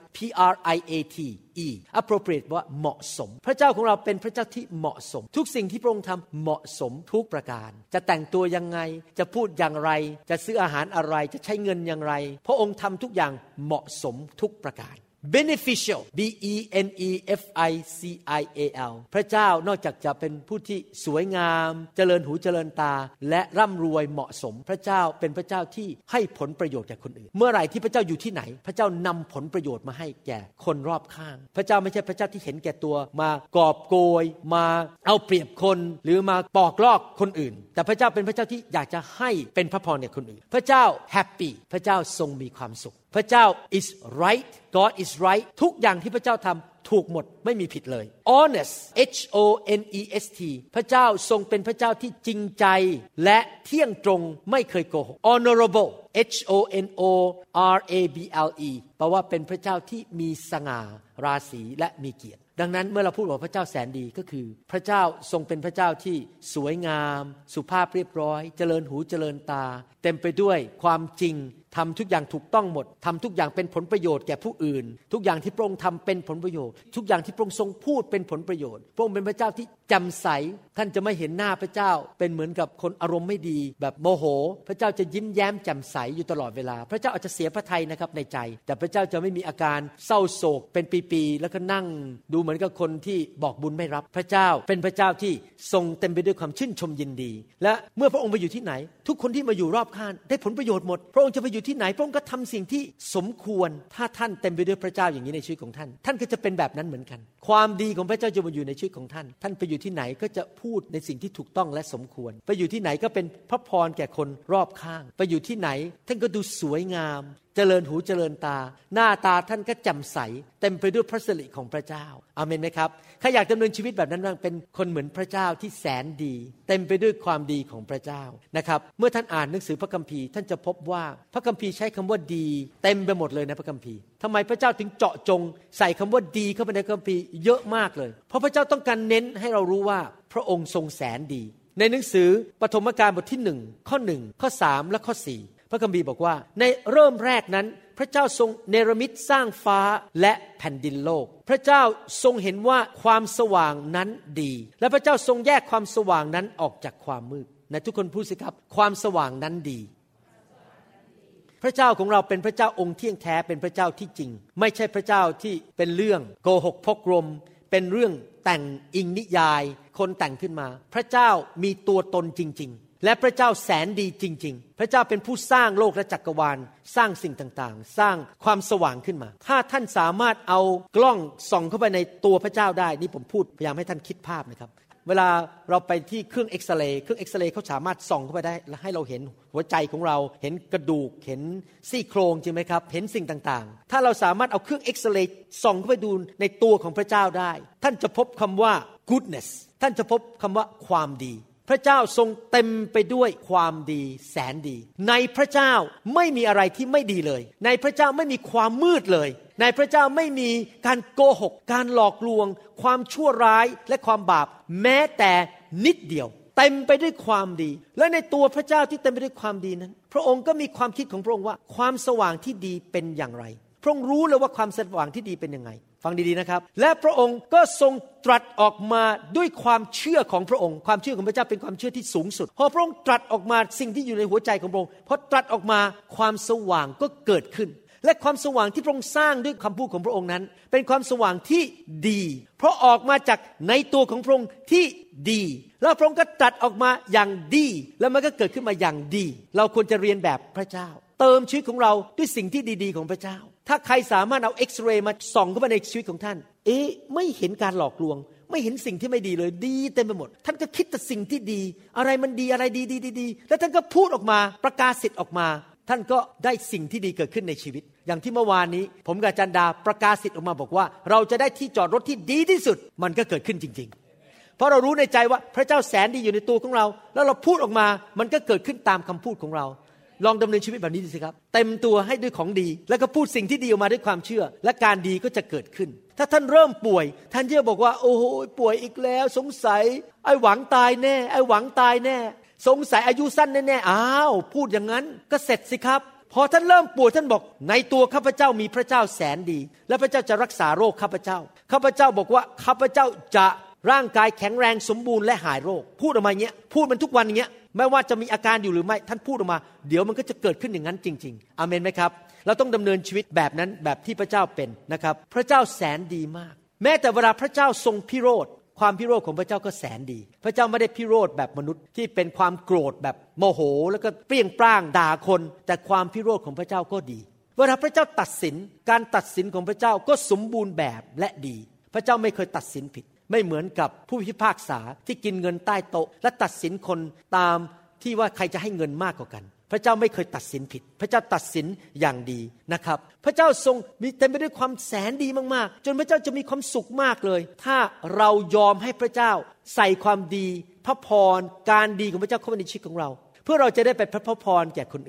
i a t appropriate ว่าเหมาะสมพระเจ้าของเราเป็นพระเจ้าที่เหมาะสมทุกสิ่งที่พระองค์ทำเหมาะสมทุกประการจะแต่งตัวยังไงจะพูดอย่างไรจะซื้ออาหารอะไรจะใช้เงินอย่างไรพระองค์ทำทุกอย่างเหมาะสมทุกประการbeneficial b e n e f i c i a l พระเจ้านอกจากจะเป็นผู้ที่สวยงามเจริญหูเจริญตาและร่ำรวยเหมาะสมพระเจ้าเป็นพระเจ้าที่ให้ผลประโยชน์แก่คนอื่นเมื่อไหร่ที่พระเจ้าอยู่ที่ไหนพระเจ้านำผลประโยชน์มาให้แก่คนรอบข้างพระเจ้าไม่ใช่พระเจ้าที่เห็นแก่ตัวมากอบโกยมาเอาเปรียบคนหรือมาปอกลอกคนอื่นแต่พระเจ้าเป็นพระเจ้าที่อยากจะให้เป็นพระพรแก่คนอื่นพระเจ้าแฮปปี้พระเจ้าทรงมีความสุขพระเจ้า is right God is right ทุกอย่างที่พระเจ้าทำถูกหมดไม่มีผิดเลย honest h o n e s t พระเจ้าทรงเป็นพระเจ้าที่จริงใจและเที่ยงตรงไม่เคยโกหก honorable h o n o r a b l e แปลว่าเป็นพระเจ้าที่มีสง่าราศีและมีเกียรติดังนั้นเมื่อเราพูดว่าพระเจ้าแสนดีก็คือพระเจ้าทรงเป็นพระเจ้าที่สวยงามสุภาพเรียบร้อยเจริญหูเจริญตาเต็มไปด้วยความจริงทำทุกอย่างถูกต้องหมดทำทุกอย่างเป็นผลประโยชน์แก่ผู้อื่นทุกอย่างที่พระองค์ทำเป็นผลประโยชน์ทุกอย่างที่พระองค์ทรงพูดเป็นผลประโยชน์พระองค์เป็นพระเจ้าที่แจ่มใสท่านจะไม่เห็นหน้าพระเจ้าเป็นเหมือนกับคนอารมณ์ไม่ดีแบบโมโหพระเจ้าจะยิ้มแย้มแจ่มใสอยู่ตลอดเวลาพระเจ้าอาจจะเสียพระทัยนะครับในใจแต่พระเจ้าจะไม่มีอาการเศร้าโศกเป็นปีๆแล้วก็นั่งดูเหมือนกับคนที่บอกบุญไม่รับพระเจ้าเป็นพระเจ้าที่ทรงเต็มไปด้วยความชื่นชมยินดีและเมื่อพระองค์ไปอยู่ที่ไหนทุกคนที่มาอยู่รอบข้างได้ผลประโยชน์หมดพระองค์จะไปอยู่ที่ไหนพระองค์ก็ทำสิ่งที่สมควรถ้าท่านเต็มไปด้วยพระเจ้าอย่างนี้ในชีวิตของท่านท่านก็จะเป็นแบบนั้นเหมือนกันความดีของพระเจ้าจะมาอยู่ในชีวิตของท่านท่านไปอยู่ที่ไหนก็จะพูดในสิ่งที่ถูกต้องและสมควรไปอยู่ที่ไหนก็เป็นพระพรแก่คนรอบข้างไปอยู่ที่ไหนท่านก็ดูสวยงามเจริญหูเจริญตาหน้าตาท่านก็แจ่มใสเต็มไปด้วยพระสิริของพระเจ้าอาเมนไหมครับใครอยากดำเนินชีวิตแบบนั้นบ้างเป็นคนเหมือนพระเจ้าที่แสนดีเต็มไปด้วยความดีของพระเจ้านะครับเมื่อท่านอ่านหนังสือพระคัมภีร์ท่านจะพบว่าพระคัมภีร์ใช้คำว่าดีเต็มไปหมดเลยในพระคัมภีร์ทำไมพระเจ้าถึงเจาะจงใส่คำว่าดีเข้าไปในพระคัมภีร์เยอะมากเลยเพราะพระเจ้าต้องการเน้นให้เรารู้ว่าพระองค์ทรงแสนดีในหนังสือปฐมกาลบทที่1ข้อ1ข้อ3และข้อ4พระคัมภีร์บอกว่าในเริ่มแรกนั้นพระเจ้าทรงเนรมิตสร้างฟ้าและแผ่นดินโลกพระเจ้าทรงเห็นว่าความสว่างนั้นดีและพระเจ้าทรงแยกความสว่างนั้นออกจากความมืดนะทุกคนพูดสิครับความสว่างนั้นดีพระเจ้าของเราเป็นพระเจ้าองค์เที่ยงแท้เป็นพระเจ้าที่จริงไม่ใช่พระเจ้าที่เป็นเรื่องโกหกพกลมเป็นเรื่องแต่งอิงนิยายคนแต่งขึ้นมาพระเจ้ามีตัวตนจริงๆและพระเจ้าแสนดีจริงๆพระเจ้าเป็นผู้สร้างโลกและจักรวาลสร้างสิ่งต่างๆสร้างความสว่างขึ้นมาถ้าท่านสามารถเอากล้องส่องเข้าไปในตัวพระเจ้าได้นี่ผมพูดพยายามให้ท่านคิดภาพนะครับเวลาเราไปที่เครื่องเอ็กซเรย์เขาสามารถส่องเข้าไปได้และให้เราเห็นหัวใจของเราเห็นกระดูกเห็นซี่โครงจริงไหมครับเห็นสิ่งต่างๆถ้าเราสามารถเอาเครื่องเอ็กซเรย์ส่องเข้าไปดูในตัวของพระเจ้าได้ท่านจะพบคำว่า goodness ท่านจะพบคำว่าความดีพระเจ้าทรงเต็มไปด้วยความดีแสนดีในพระเจ้าไม่มีอะไรที่ไม่ดีเลยในพระเจ้าไม่มีความมืดเลยในพระเจ้าไม่มีการโกหกการหลอกลวงความชั่วร้ายและความบาปแม้แต่นิดเดียวเต็มไปด้วยความดีและในตัวพระเจ้าที่เต็มไปด้วยความดีนั้นพระองค์ก็มีความคิดของพระองค์ว่าความสว่างที่ดีเป็นอย่างไรพระองค์รู้เลยว่าความสว่างที่ดีเป็นยังไงฟังดีๆนะครับและพระองค์ก็ทรงตรัสออกมาด้วยความเชื่อของพระองค์ความเชื่อของพระเจ้าเป็นความเชื่อที่สูงสุดพอพระองค์ตรัสออกมาสิ่งที่อยู่ในหัวใจของพระองค์พอตรัสออกมาความสว่างก็เกิดขึ้นและความสว่างที่พระองค์สร้างด้วยคำพูดของพระองค์นั้นเป็นความสว่างที่ดีเพราะออกมาจากในตัวของพระองค์ที่ดีแล้วพระองค์ก็ตรัสออกมาอย่างดีแล้วมันก็เกิดขึ้นมาอย่างดีเราควรจะเรียนแบบพระเจ้าเติมชีวิตของเราด้วยสิ่งที่ดีๆของพระเจ้าถ้าใครสามารถเอาเอ็กซเรย์มาส่องเข้าไปในชีวิตของท่านไม่เห็นการหลอกลวงไม่เห็นสิ่งที่ไม่ดีเลยดีเต็มไปหมดท่านก็คิดแต่สิ่งที่ดีอะไรมันดีอะไรดีแล้วท่านก็พูดออกมาประกาศสิทธิ์ออกมาท่านก็ได้สิ่งที่ดีเกิดขึ้นในชีวิตอย่างที่เมื่อวานนี้ผมกับอาจารย์ดาประกาศสิทธิ์ออกมาบอกว่าเราจะได้ที่จอดรถที่ดีที่สุดมันก็เกิดขึ้นจริงๆเพราะเรารู้ในใจว่าพระเจ้าแสนดีอยู่ในตัวของเราแล้วเราพูดออกมามันก็เกิดขึ้นตามคำพูดของเราลองดำเนินชีวิตแบบนี้ดูสิครับเต็มตัวให้ด้วยของดีแล้วก็พูดสิ่งที่ดีออกมาด้วยความเชื่อและการดีก็จะเกิดขึ้นถ้าท่านเริ่มป่วยท่านจะบอกว่าโอ้โหป่วยอีกแล้วสงสัยไอ้หวังตายแน่ไอ้หวังตายแน่สงสัยอายุสั้นแน่ๆอ้าวพูดอย่างนั้นก็เสร็จสิครับพอท่านเริ่มป่วยท่านบอกในตัวข้าพเจ้ามีพระเจ้าแสนดีและพระเจ้าจะรักษาโรคข้าพเจ้าข้าพเจ้าบอกว่าข้าพเจ้าจะร่างกายแข็งแรงสมบูรณ์และหายโรคพูดออกมาอย่างเงี้ยพูดมันทุกวันอย่างเงี้ยไม่ว่าจะมีอาการอยู่หรือไม่ท่านพูดออกมาเดี๋ยวมันก็จะเกิดขึ้นอย่างนั้นจริงๆอาเมนไหมครับเราต้องดำเนินชีวิตแบบนั้นแบบที่พระเจ้าเป็นนะครับพระเจ้าแสนดีมากแม้แต่เวลาพระเจ้าทรงพิโรธความพิโรธของพระเจ้าก็แสนดีพระเจ้าไม่ได้พิโรธแบบมนุษย์ที่เป็นความโกรธแบบโมโหแล้วก็เปรี้ยงปร้างด่าคนแต่ความพิโรธของพระเจ้าก็ดีเวลาพระเจ้าตัดสินการตัดสินของพระเจ้าก็สมบูรณ์แบบและดีพระเจ้าไม่เคยตัดสินผิดไม่เหมือนกับผู้พิพากษาที่กินเงินใต้โต๊ะและตัดสินคนตามที่ว่าใครจะให้เงินมากกว่ากันพระเจ้าไม่เคยตัดสินผิดพระเจ้าตัดสินอย่างดีนะครับพระเจ้าทรงมีเต็มไปด้วยความแสนดีมากๆจนพระเจ้าจะมีความสุขมากเลยถ้าเรายอมให้พระเจ้าใส่ความดีพระพรการดีของพระเจ้าเข้ามาในชีวิตของเราเพื่อเราจะได้ไปพระพรแก่คนอื่น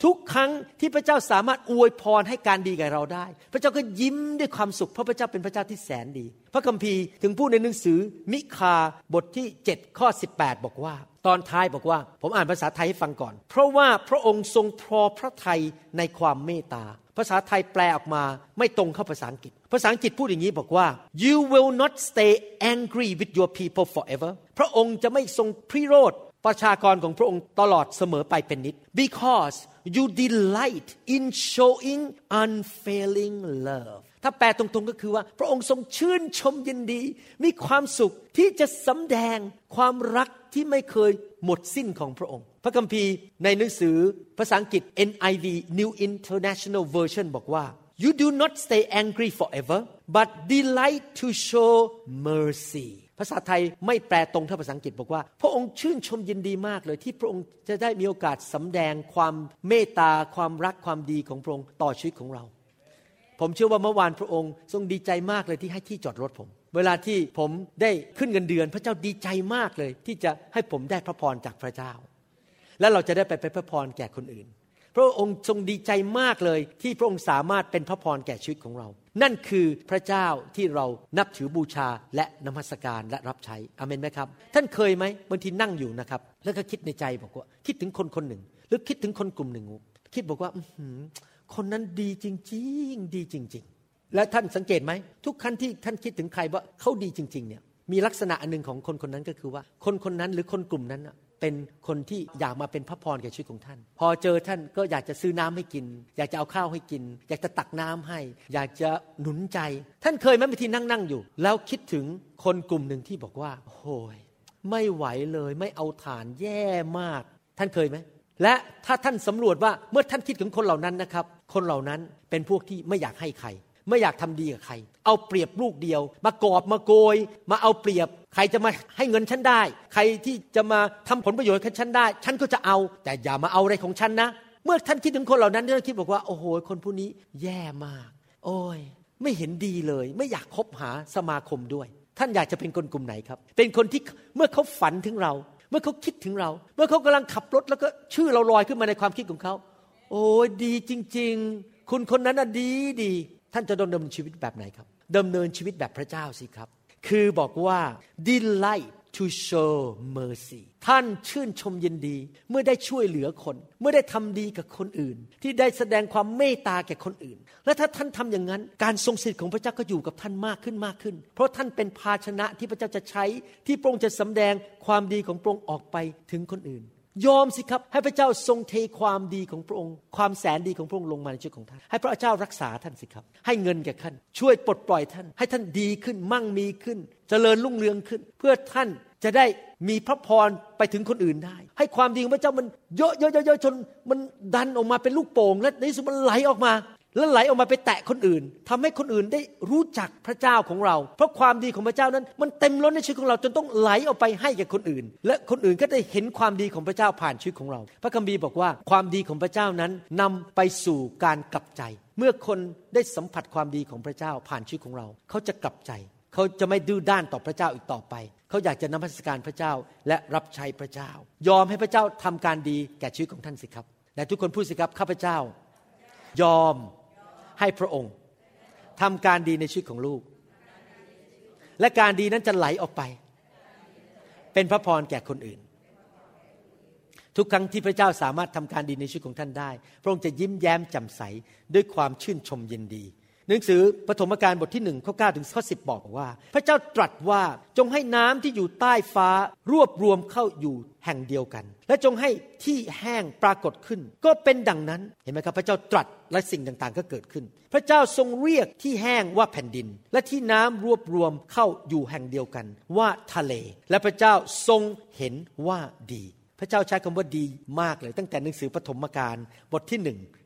ทุกครั้งที่พระเจ้าสามารถอวยพรให้การดีกับเราได้พระเจ้าก็ยิ้มด้วยความสุขเพราะพระเจ้าเป็นพระเจ้าที่แสนดีพระคัมภีร์ถึงพูดในหนังสือมิคาบทที่7ข้อ18บอกว่าตอนท้ายบอกว่าผมอ่านภาษาไทยให้ฟังก่อนเพราะว่าพระองค์ทรงพอพระทัยในความเมตตาภาษาไทยแปลออกมาไม่ตรงเข้าภาษาอังกฤษภาษาอังกฤษพูดอย่างนี้บอกว่า you will not stay angry with your people forever พระองค์จะไม่ทรงพิโรธประชากรของพระองค์ตลอดเสมอไปเป็นนิด because you delight in showing unfailing love ถ้าแปลตรงๆก็คือว่าพระองค์ทรงชื่นชมยินดีมีความสุขที่จะสำแดงความรักที่ไม่เคยหมดสิ้นของพระองค์พระคัมภีร์ในหนังสือภาษาอังกฤษ NIV New International Version บอกว่า you do not stay angry forever but delight to show mercy ภาษาไทยไม่แปลตรงเท่าภาษาอังกฤษบอกว่าพระองค์ชื่นชมยินดีมากเลยที่พระองค์จะได้มีโอกาสสำแดงความเมตตาความรักความดีของพระองค์ต่อชีวิตของเราผมเชื่อว่าเมื่อวานพระองค์ทรงดีใจมากเลยที่ให้ที่จอดรถผมเวลาที่ผมได้ขึ้นเงินเดือนพระเจ้าดีใจมากเลยที่จะให้ผมได้พระพรจากพระเจ้าและเราจะได้ไปเป็นพระพรแก่คนอื่นพระองค์ทรงดีใจมากเลยที่พระองค์สามารถเป็นพระพรแก่ชีวิตของเรานั่นคือพระเจ้าที่เรานับถือบูชาและนมัสการและรับใช้อาเมนไหมครับท่านเคยไหมบางทีนั่งอยู่นะครับแล้วก็คิดในใจบอกว่าคิดถึงคนคนหนึ่งหรือคิดถึงคนกลุ่มหนึ่งคิดบอกว่าคนนั้นดีจริงๆดีจริงๆและท่านสังเกตไหมทุกครั้งที่ท่านคิดถึงใครว่าเขาดีจริงๆเนี่ยมีลักษณะอันนึงของคนคนนั้นก็คือว่าคนคนนั้นหรือคนกลุ่มนั้นเป็นคนที่อยากมาเป็นพระพรแก่ชีวิตของท่านพอเจอท่านก็อยากจะซื้อน้ำให้กินอยากจะเอาข้าวให้กินอยากจะตักน้ำให้อยากจะหนุนใจท่านเคยไหมบางทีนั่งอยู่แล้วคิดถึงคนกลุ่มหนึ่งที่บอกว่าโอ้ยไม่ไหวเลยไม่เอาฐานแย่มากท่านเคยไหมและถ้าท่านสำรวจว่าเมื่อท่านคิดถึงคนเหล่านั้นนะครับคนเหล่านั้นเป็นพวกที่ไม่อยากให้ใครไม่อยากทำดีกับใครเอาเปรียบลูกเดียวมากอบมาโกยมาเอาเปรียบใครจะมาให้เงินฉันได้ใครที่จะมาทำผลประโยชน์กับฉันได้ฉันก็จะเอาแต่อย่ามาเอาอะไรของฉันนะเมื่อท่านคิดถึงคนเหล่านั้นท่านคิดบอกว่าโอ้โหคนผู้นี้แย่มากโอ้ยไม่เห็นดีเลยไม่อยากคบหาสมาคมด้วยท่านอยากจะเป็นคนกลุ่มไหนครับเป็นคนที่เมื่อเขาฝันถึงเราเมื่อเขาคิดถึงเราเมื่อเขากำลังขับรถแล้วก็ชื่อเราลอยขึ้นมาในความคิดของเขาโอ้ยดีจริงๆคุณคนนั้นดีท่านจะดำเนินชีวิตแบบไหนครับดำเนินชีวิตแบบพระเจ้าสิครับคือบอกว่า delight to show mercy ท่านชื่นชมยินดีเมื่อได้ช่วยเหลือคนเมื่อได้ทำดีกับคนอื่นที่ได้แสดงความเมตตาแก่คนอื่นและถ้าท่านทำอย่างนั้นการทรงสถิตของพระเจ้าก็อยู่กับท่านมากขึ้นเพราะท่านเป็นภาชนะที่พระเจ้าจะใช้ที่พระองค์จะสำแดงความดีของพระองค์ออกไปถึงคนอื่นยอมสิครับให้พระเจ้าทรงเทความดีของพระองค์ความแสนดีของพระองค์ลงมาในชีวิตของท่านให้พระเจ้ารักษาท่านสิครับให้เงินแก่ท่านช่วยปลดปล่อยท่านให้ท่านดีขึ้นมั่งมีขึ้นเจริญรุ่งเรืองขึ้นเพื่อท่านจะได้มีพระพรไปถึงคนอื่นได้ให้ความดีของพระเจ้ามันเยอะๆๆๆจนมันดันออกมาเป็นลูกโป่งและในที่สุดมันไหลออกมาแล้วไหลออกมาไปแตะคนอื่นทำให้คนอื่นได้รู้จักพระเจ้าของเราเพราะความดีของพระเจ้านั้นมันเต็มล้นในชีวิตของเราจนต้องไหลออกไปให้แก่คนอื่นและคนอื่นก็ได้เห็นความดีของพระเจ้าผ่านชีวิตของเราพระคัมภีร์บอกว่าความดีของพระเจ้านั้นนำไปสู่การกลับใจเมื่อคนได้สัมผัสความดีของพระเจ้าผ่านชีวิตของเราเขาจะกลับใจเขาจะไม่ดื้อด้านต่อพระเจ้าอีกต่อไปเขาอยากจะนมัสการพระเจ้าและรับใช้พระเจ้ายอมให้พระเจ้าทำการดีแก่ชีวิตของท่านสิครับและทุกคนพูดสิครับข้าพเจ้ายอมให้พระองค์ทำการดีในชีวิตของลูกและการดีนั้นจะไหลออกไปเป็นพระพรแก่คนอื่นทุกครั้งที่พระเจ้าสามารถทำการดีในชีวิตของท่านได้พระองค์จะยิ้มแย้มแจ่มใสด้วยความชื่นชมยินดีหนังสือปฐมกาลบทที่1ข้อ9ถึงข้อ10บอกว่าพระเจ้าตรัสว่าจงให้น้ำที่อยู่ใต้ฟ้ารวบรวมเข้าอยู่แห่งเดียวกันและจงให้ที่แห้งปรากฏขึ้นก็เป็นดังนั้นเห็นไหมครับพระเจ้าตรัสและสิ่งต่างๆก็เกิดขึ้นพระเจ้าทรงเรียกที่แห้งว่าแผ่นดินและที่น้ำรวบรวมเข้าอยู่แห่งเดียวกันว่าทะเลและพระเจ้าทรงเห็นว่าดีพระเจ้าใช้คำว่าดีมากเลยตั้งแต่หนังสือปฐมกาลบทที่1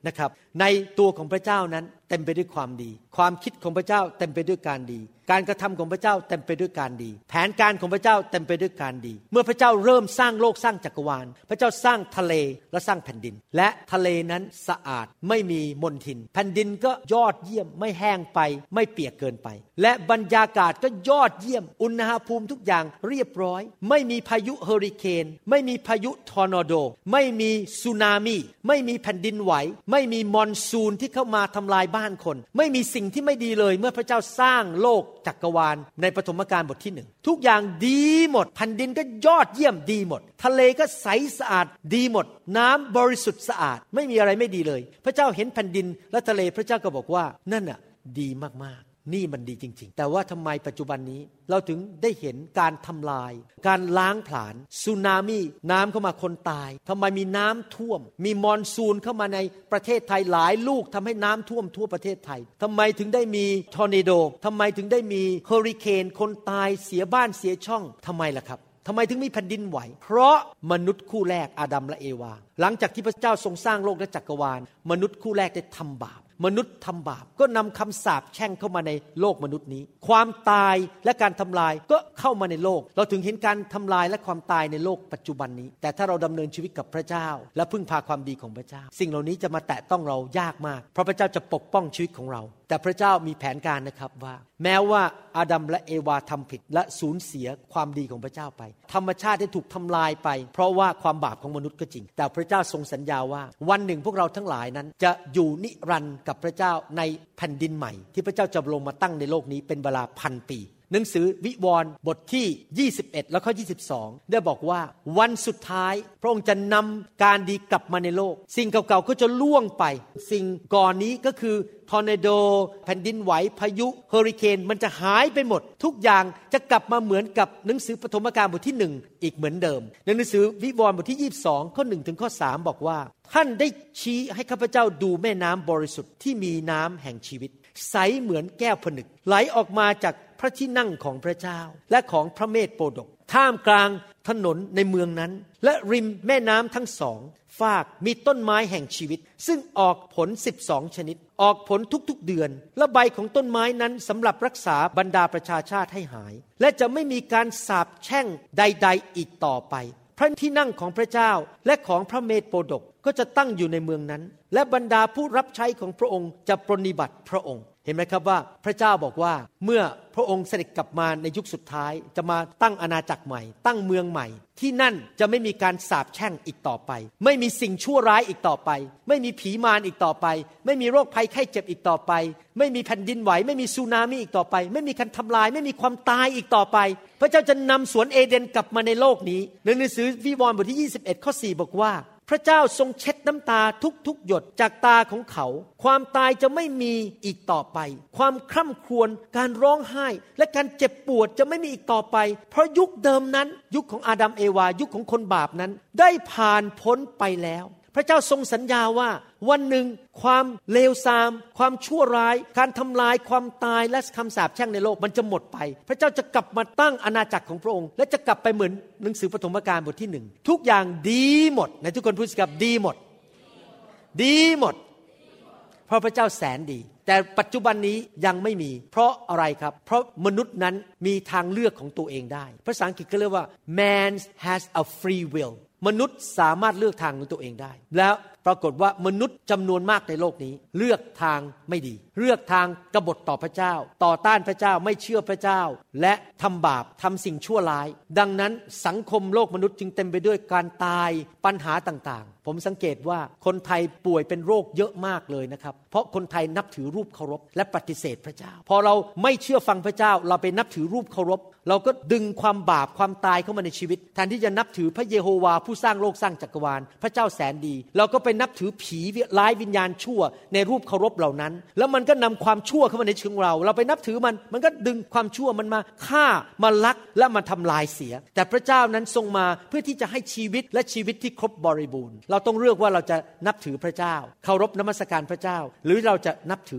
นะครับในตัวของพระเจ้านั้นเต็มไปด้วยความดีความคิดของพระเจ้าเต็มไปด้วยการดีการกระทำของพระเจ้าเต็มไปด้วยการดีแผนการของพระเจ้าเต็มไปด้วยการดีเมื่อพระเจ้าเริ่มสร้างโลกสร้างจักรวาลพระเจ้าสร้างทะเลและสร้างแผ่นดินและทะเลนั้นสะอาดไม่มีมลทินแผ่นดินก็ยอดเยี่ยมไม่แห้งไปไม่เปียกเกินไปและบรรยากาศก็ยอดเยี่ยมอุณหภูมิทุกอย่างเรียบร้อยไม่มีพายุเฮอริเคนไม่มีพายุทอร์นาโดไม่มีสึนามิไม่มีแผ่นดินไหวไม่มีมอนซูนที่เข้ามาทำลายบ้านคนไม่มีสิ่งที่ไม่ดีเลยเมื่อพระเจ้าสร้างโลกจักรวาลในปฐมกาลบทที่1ทุกอย่างดีหมดแผ่นดินก็ยอดเยี่ยมดีหมดทะเลก็ใสสะอาดดีหมดน้ำบริสุทธิ์สะอาดไม่มีอะไรไม่ดีเลยพระเจ้าเห็นแผ่นดินและทะเลพระเจ้าก็บอกว่านั่นน่ะดีมากๆนี่มันดีจริงๆแต่ว่าทำไมปัจจุบันนี้เราถึงได้เห็นการทำลายการล้างผลาญสึนามิน้ำเข้ามาคนตายทำไมมีน้ำท่วมมีมอนซูนเข้ามาในประเทศไทยหลายลูกทำให้น้ำท่วมทั่วประเทศไทยทำไมถึงได้มีทอร์นาโดทำไมถึงได้มีเฮอริเคนคนตายเสียบ้านเสียช่องทำไมล่ะครับทำไมถึงมีแผ่นดินไหวเพราะมนุษย์คู่แรกอาดัมและเอวาหลังจากที่พระเจ้าทรงสร้างโลกและจักรวาลมนุษย์คู่แรกได้ทำบาปมนุษย์ทำบาปก็นำคำสาปแช่งเข้ามาในโลกมนุษย์นี้ความตายและการทำลายก็เข้ามาในโลกเราถึงเห็นการทำลายและความตายในโลกปัจจุบันนี้แต่ถ้าเราดำเนินชีวิตกับพระเจ้าและพึ่งพาความดีของพระเจ้าสิ่งเหล่านี้จะมาแตะต้องเรายากมากเพราะพระเจ้าจะปกป้องชีวิตของเราแต่พระเจ้ามีแผนการนะครับว่าแม้ว่าอาดัมและเอวาทำผิดและสูญเสียความดีของพระเจ้าไปธรรมชาติได้ถูกทำลายไปเพราะว่าความบาปของมนุษย์ก็จริงแต่พระเจ้าทรงสัญญาว่าวันหนึ่งพวกเราทั้งหลายนั้นจะอยู่นิรันดร์กับพระเจ้าในแผ่นดินใหม่ที่พระเจ้าจะลงมาตั้งในโลกนี้เป็นเวลา1,000 ปีหนังสือวิวรณ์บทที่21แล้วข้อ22ได้บอกว่าวันสุดท้ายพระองค์จะนำการดีกลับมาในโลกสิ่งเก่าๆก็จะล่วงไปสิ่งก่อนนี้ก็คือทอร์นาโดแผ่นดินไหวพายุเฮอริเคนมันจะหายไปหมดทุกอย่างจะกลับมาเหมือนกับหนังสือปฐมกาลบทที่1อีกเหมือนเดิมในหนังสือวิวรณ์บทที่22ข้อ1ถึงข้อ3บอกว่าท่านได้ชี้ให้ข้าพเจ้าดูแม่น้ำบริสุทธิ์ที่มีน้ำแห่งชีวิตใสเหมือนแก้วผนึกไหลออกมาจากพระที่นั่งของพระเจ้าและของพระเมธโปดกท่ามกลางถนนในเมืองนั้นและริมแม่น้ำทั้งสองฟากมีต้นไม้แห่งชีวิตซึ่งออกผล12ชนิดออกผลทุกๆเดือนและใบของต้นไม้นั้นสำหรับรักษาบรรดาประชาชาติให้หายและจะไม่มีการสาปแช่งใดๆอีกต่อไปพระที่นั่งของพระเจ้าและของพระเมธโปดกก็จะตั้งอยู่ในเมืองนั้นและบรรดาผู้รับใช้ของพระองค์จะปรนนิบัติพระองค์เห็นไหมครับว่าพระเจ้าบอกว่าเมื่อพระองค์เสด็จกลับมาในยุคสุดท้ายจะมาตั้งอาณาจักรใหม่ตั้งเมืองใหม่ที่นั่นจะไม่มีการสาปแช่งอีกต่อไปไม่มีสิ่งชั่วร้ายอีกต่อไปไม่มีผีมารอีกต่อไปไม่มีโรคภัยไข้เจ็บอีกต่อไปไม่มีแผ่นดินไหวไม่มีสึนามิอีกต่อไปไม่มีการทำลายไม่มีความตายอีกต่อไปพระเจ้าจะนำสวนเอเดนกลับมาในโลกนี้ในหนังสือวิวรณ์บทที่21ข้อ4บอกว่าพระเจ้าทรงเช็ดน้ำตาทุกๆหยดจากตาของเขาความตายจะไม่มีอีกต่อไปความคร่ำครวญการร้องไห้และการเจ็บปวดจะไม่มีอีกต่อไปเพราะยุคเดิมนั้นยุคของอาดัมเอวายุคของคนบาปนั้นได้ผ่านพ้นไปแล้วพระเจ้าทรงสัญญาว่าวันหนึ่งความเลวทรามความชั่วร้ายการทำลายความตายและคำสาปแช่งในโลกมันจะหมดไปพระเจ้าจะกลับมาตั้งอาณาจักรของพระองค์และจะกลับไปเหมือนหนังสือปฐมกาลบทที่1ทุกอย่างดีหมดในทุกคนพูดสิครับดีหมดดีหมดเพราะพระเจ้าแสนดีแต่ปัจจุบันนี้ยังไม่มีเพราะอะไรครับเพราะมนุษย์นั้นมีทางเลือกของตัวเองได้ภาษาอังกฤษก็เรียกว่า man has a free willมนุษย์สามารถเลือกทางของตัวเองได้แล้วปรากฏว่ามนุษย์จำนวนมากในโลกนี้เลือกทางไม่ดีเลือกทางกบฏต่อพระเจ้าต่อต้านพระเจ้าไม่เชื่อพระเจ้าและทำบาปทำสิ่งชั่วร้ายดังนั้นสังคมโลกมนุษย์จึงเต็มไปด้วยการตายปัญหาต่างๆผมสังเกตว่าคนไทยป่วยเป็นโรคเยอะมากเลยนะครับเพราะคนไทยนับถือรูปเคารพและปฏิเสธพระเจ้าพอเราไม่เชื่อฟังพระเจ้าเราไปนับถือรูปเคารพเราก็ดึงความบาปความตายเข้ามาในชีวิตแทนที่จะนับถือพระเยโฮวาผู้สร้างโลกสร้างจักรวาลพระเจ้าแสนดีเราก็ไปนับถือผีร้ายวิญญาณชั่วในรูปเคารพเหล่านั้นแล้วมันก็นำความชั่วเข้ามาในชีวิตเราไปนับถือมันก็ดึงความชั่วมันมาฆ่ามาลักและมาทำลายเสียแต่พระเจ้านั้นทรงมาเพื่อที่จะให้ชีวิตและชีวิตที่ครบบริบูรณ์เราต้องเลือกว่าเราจะนับถือพระเจ้าเคารพนมัสการพระเจ้าหรือเราจะนับถือผี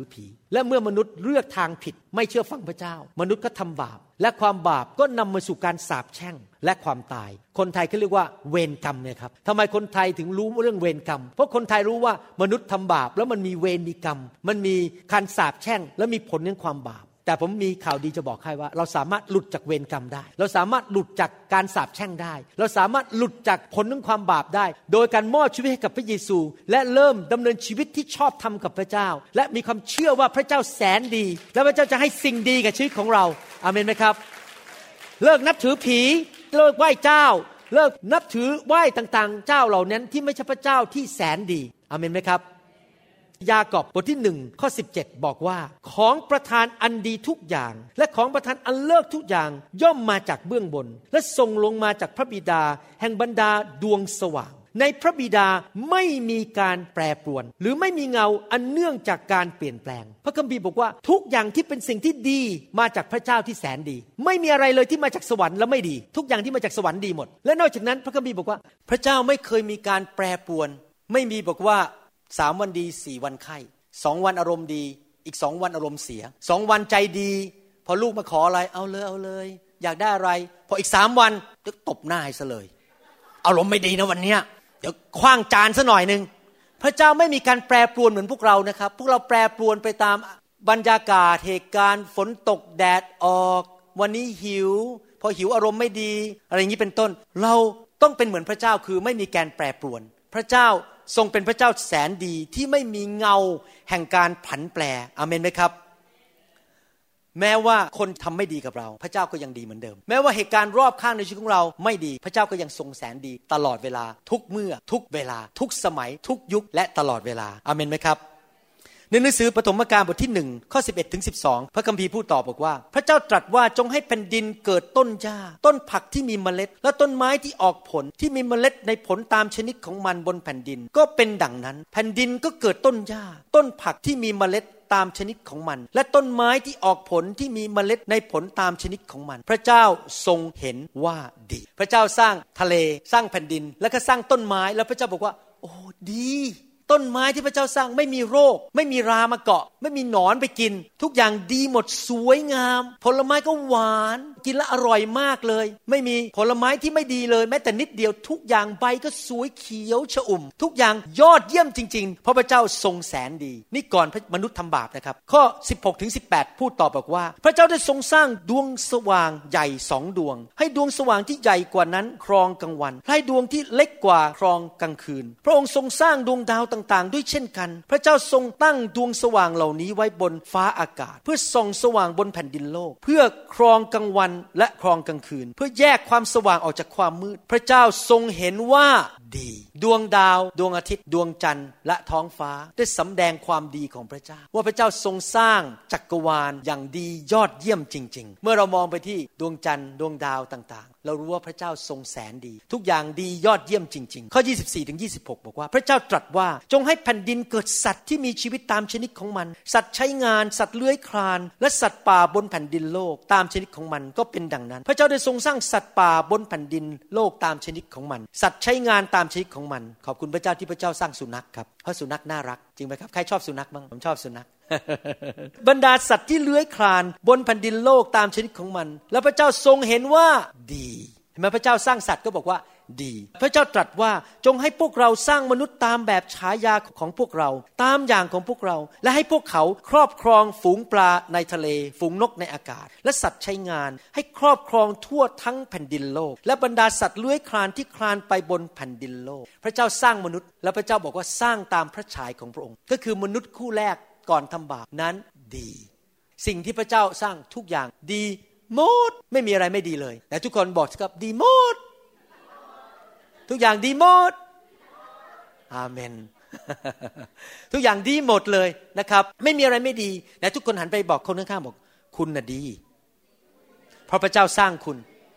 และเมื่อมนุษย์เลือกทางผิดไม่เชื่อฟังพระเจ้ามนุษย์ก็ทำบาปและความบาปก็นำมาสู่การสาปแช่งและความตายคนไทยเขาเรียกว่าเวรกรรมเนี่ยครับทำไมคนไทยถึงรู้เรื่องเวรกรรมเพราะคนไทยรู้ว่ามนุษย์ทำบาปแล้วมันมีเวรมีกรรมมันมีการสาปแช่งและมีผลของความบาปแต่ผมมีข่าวดีจะบอกให้ว่าเราสามารถหลุดจากเวรกรรมได้เราสามารถหลุดจากการสาปแช่งได้เราสามารถหลุดจากผลของความบาปได้โดยการมอบชีวิตให้กับพระเยซูและเริ่มดำเนินชีวิตที่ชอบธรรมกับพระเจ้าและมีความเชื่อว่าพระเจ้าแสนดีและพระเจ้าจะให้สิ่งดีกับชีวิตของเราอาเมนไหมครับเลิกนับถือผีเลิกไหว้เจ้าเลิกนับถือไหว้ต่างๆเจ้าเหล่านั้นที่ไม่ใช่พระเจ้าที่แสนดีอาเมนไหมครับยากอบบทที่1ข้อ17บอกว่าของประทานอันดีทุกอย่างและของประทานอันเลิศทุกอย่างย่อมมาจากเบื้องบนและทรงลงมาจากพระบิดาแห่งบรรดาดวงสว่างในพระบิดาไม่มีการแปรปรวนหรือไม่มีเงาอันเนื่องจากการเปลี่ยนแปลงพระคัมภีร์บอกว่าทุกอย่างที่เป็นสิ่งที่ดีมาจากพระเจ้าที่แสนดีไม่มีอะไรเลยที่มาจากสวรรค์แล้วไม่ดีทุกอย่างที่มาจากสวรรค์ดีหมดและนอกจากนั้นพระคัมภีร์บอกว่าพระเจ้าไม่เคยมีการแปรปรวนไม่มีบอกว่า3วันดี4วันไข้2วันอารมณ์ดีอีก2วันอารมณ์เสีย2วันใจดีพอลูกมาขออะไรเอาเลยอยากได้อะไรพออีก3วันจะตบหน้าให้ซะเลยอารมณ์ไม่ดีนะวันเนี้ยเดี๋ยวขว้างจานซะหน่อยนึงพระเจ้าไม่มีการแปรปรวนเหมือนพวกเรานะครับพวกเราแปรปรวนไปตามบรรยากาศเหตุการณ์ฝนตกแดดออกวันนี้หิวพอหิวอารมณ์ไม่ดีอะไรอย่างนี้เป็นต้นเราต้องเป็นเหมือนพระเจ้าคือไม่มีการแปรปรวนพระเจ้าทรงเป็นพระเจ้าแสนดีที่ไม่มีเงาแห่งการผันแปรอาเมนไหมครับแม้ว่าคนทำไม่ดีกับเราพระเจ้าก็ยังดีเหมือนเดิมแม้ว่าเหตุการณ์รอบข้างในชีวิตของเราไม่ดีพระเจ้าก็ยังทรงแสนดีตลอดเวลาทุกเมื่อทุกเวลาทุกสมัยทุกยุคและตลอดเวลาอาเมนไหมครับในหนังสือปฐมกาลบทที่1ข้อ11ถึง12พระคัมภีร์พูดต่อบอกว่าพระเจ้าตรัสว่าจงให้แผ่นดินเกิดต้นหญ้าต้นผักที่มีเมล็ดและต้นไม้ที่ออกผลที่มีเมล็ดในผลตามชนิดของมันบนแผ่นดินก็เป็นดังนั้นแผ่นดินก็เกิดต้นหญ้าต้นผักที่มีเมล็ดตามชนิดของมันและต้นไม้ที่ออกผลที่มีเมล็ดในผลตามชนิดของมันพระเจ้าทรงเห็นว่าดีพระเจ้าสร้างทะเลสร้างแผ่นดินแล้วก็สร้างต้นไม้แล้วพระเจ้าบอกว่าโอ้ดีต้นไม้ที่พระเจ้าสร้างไม่มีโรคไม่มีรามาเกาะไม่มีหนอนไปกินทุกอย่างดีหมดสวยงามผลไม้ก็หวานกินแล้วอร่อยมากเลยไม่มีผลไม้ที่ไม่ดีเลยแม้แต่นิดเดียวทุกอย่างใบก็สวยเขียวชอุ่มทุกอย่างยอดเยี่ยมจริงๆเพราะพระเจ้าทรงแสนดีนี่ก่อนมนุษย์ทำบาปนะครับข้อ16ถึง18พูดต่อบอกว่าพระเจ้าได้ทรงสร้างดวงสว่างใหญ่2ดวงให้ดวงสว่างที่ใหญ่กว่านั้นครองกลางวันให้ดวงที่เล็กกว่าครองกลางคืนพระองค์ทรงสร้างดวงดาวต่างๆด้วยเช่นกันพระเจ้าทรงตั้งดวงสว่างเหล่านี้ไว้บนฟ้าอากาศเพื่อส่องสว่างบนแผ่นดินโลกเพื่อครองกลางวันและครองกลางคืนเพื่อแยกความสว่างออกจากความมืดพระเจ้าทรงเห็นว่าดีดวงดาวดวงอาทิตย์ดวงจันทร์และท้องฟ้าได้สำแดงความดีของพระเจ้าว่าพระเจ้าทรงสร้างจักรวาลอย่างดียอดเยี่ยมจริงๆเมื่อเรามองไปที่ดวงจันทร์ดวงดาวต่างๆเรารู้ว่าพระเจ้าทรงแสนดีทุกอย่างดียอดเยี่ยมจริงๆข้อ24ถึง26บอกว่าพระเจ้าตรัสว่าจงให้แผ่นดินเกิดสัตว์ที่มีชีวิตตามชนิดของมันสัตว์ใช้งานสัตว์เลื้อยคลานและสัตว์ป่าบนแผ่นดินโลกตามชนิดของมันก็เป็นดังนั้นพระเจ้าได้ทรงสร้างสัตว์ป่าบนแผ่นดินโลกตามชนิดของมันสัตว์ใช้งานตามชนิดของมันขอบคุณพระเจ้าที่พระเจ้าสร้างสุนัขครับเพราะสุนัขน่ารักจริงไหมครับใครชอบสุนัขบ้างผมชอบสุนัข บรรดาสัตว์ที่เลื้อยคลานบนแผ่นดินโลกตามชนิดของมันแล้วพระเจ้าทรงเห็นว่าดีเห็นไหมพระเจ้าสร้างสัตว์ก็บอกว่าดีพระเจ้าตรัสว่าจงให้พวกเราสร้างมนุษย์ตามแบบฉายาของพวกเราตามอย่างของพวกเราและให้พวกเขาครอบครองฝูงปลาในทะเลฝูงนกในอากาศและสัตว์ใช้งานให้ครอบครองทั่วทั้งแผ่นดินโลกและบรรดาสัตว์เลื้อยคลานที่คลานไปบนแผ่นดินโลกพระเจ้าสร้างมนุษย์แล้วพระเจ้าบอกว่าสร้างตามพระฉายของพระองค์ก็คือมนุษย์คู่แรกก่อนทำบาปนั้นดีสิ่งที่พระเจ้าสร้างทุกอย่างดีหมดไม่มีอะไรไม่ดีเลยแต่ทุกคนบอกครับดีหมดทุกอย่างดีหมดอาเมน ทุกอย่างดีหมดเลยนะครับไม่มีอะไรไม่ดีแต่ทุกคนหันไปบอกคนข้างๆบอกคุณน่ะดีเพราะพระเจ้าสร้างคุณ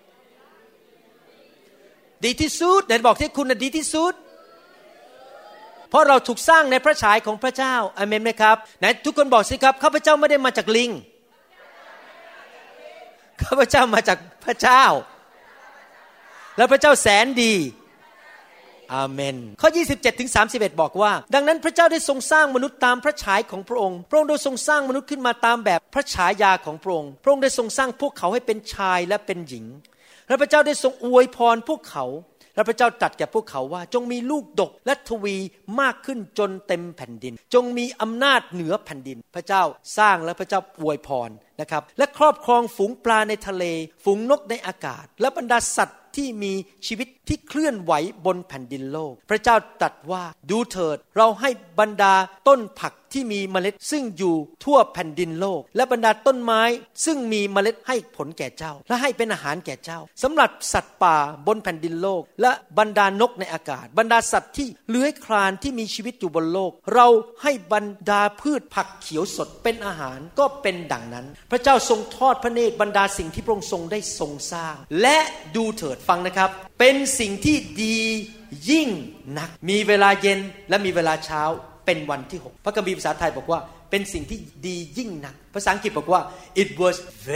ดีที่สุดไหนบอกที่คุณน่ะดีที่สุดเพราะเราถูกสร้างในพระฉายของพระเจ้าอาเมนไหมครับไหนทุกคนบอกสิครับข้าพเจ้าไม่ได้มาจากลิงข้าพเจ้ามาจากพระเจ้าแล้วพระเจ้าแสนดีอาเมนข้อ27ถึง31บอกว่าดังนั้นพระเจ้าได้ทรงสร้างมนุษย์ตามพระฉายของพระองค์พระองค์ได้ทรงสร้างมนุษย์ขึ้นมาตามแบบพระฉายาของพระองค์พระองค์ได้ทรงสร้างพวกเขาให้เป็นชายและเป็นหญิงและพระเจ้าได้ทรงอวยพรพวกเขาและพระเจ้าตรัสแก่พวกเขาว่าจงมีลูกดกและทวีมากขึ้นจนเต็มแผ่นดินจงมีอำนาจเหนือแผ่นดินพระเจ้าสร้างและพระเจ้าอวยพรนะครับและครอบครองฝูงปลาในทะเลฝูงนกในอากาศและบรรดาสัตว์ที่มีชีวิตที่เคลื่อนไหวบนแผ่นดินโลกพระเจ้าตรัสว่าดูเถิดเราให้บรรดาต้นผักที่มีเมล็ดซึ่งอยู่ทั่วแผ่นดินโลกและบรรดาต้นไม้ซึ่งมีเมล็ดให้ผลแก่เจ้าและให้เป็นอาหารแก่เจ้าสำหรับสัตว์ป่าบนแผ่นดินโลกและบรรดานกในอากาศบรรดาสัตว์ที่เลื้อยคลานที่มีชีวิตอยู่บนโลกเราให้บรรดาพืชผักเขียวสดเป็นอาหารก็เป็นดังนั้นพระเจ้าทรงทอดพระเนตรบรรดาสิ่งที่พระองค์ทรงได้ทรงสร้างและดูเถิดฟังนะครับเป็นสิ่งที่ดียิ่งนักมีเวลาเย็นและมีเวลาเช้าเป็นวันที่6พระคัมภีร์ภาษาไทยบอกว่าเป็นสิ่งที่ดียิ่งนักภาษาอังกฤษบอกว่า it was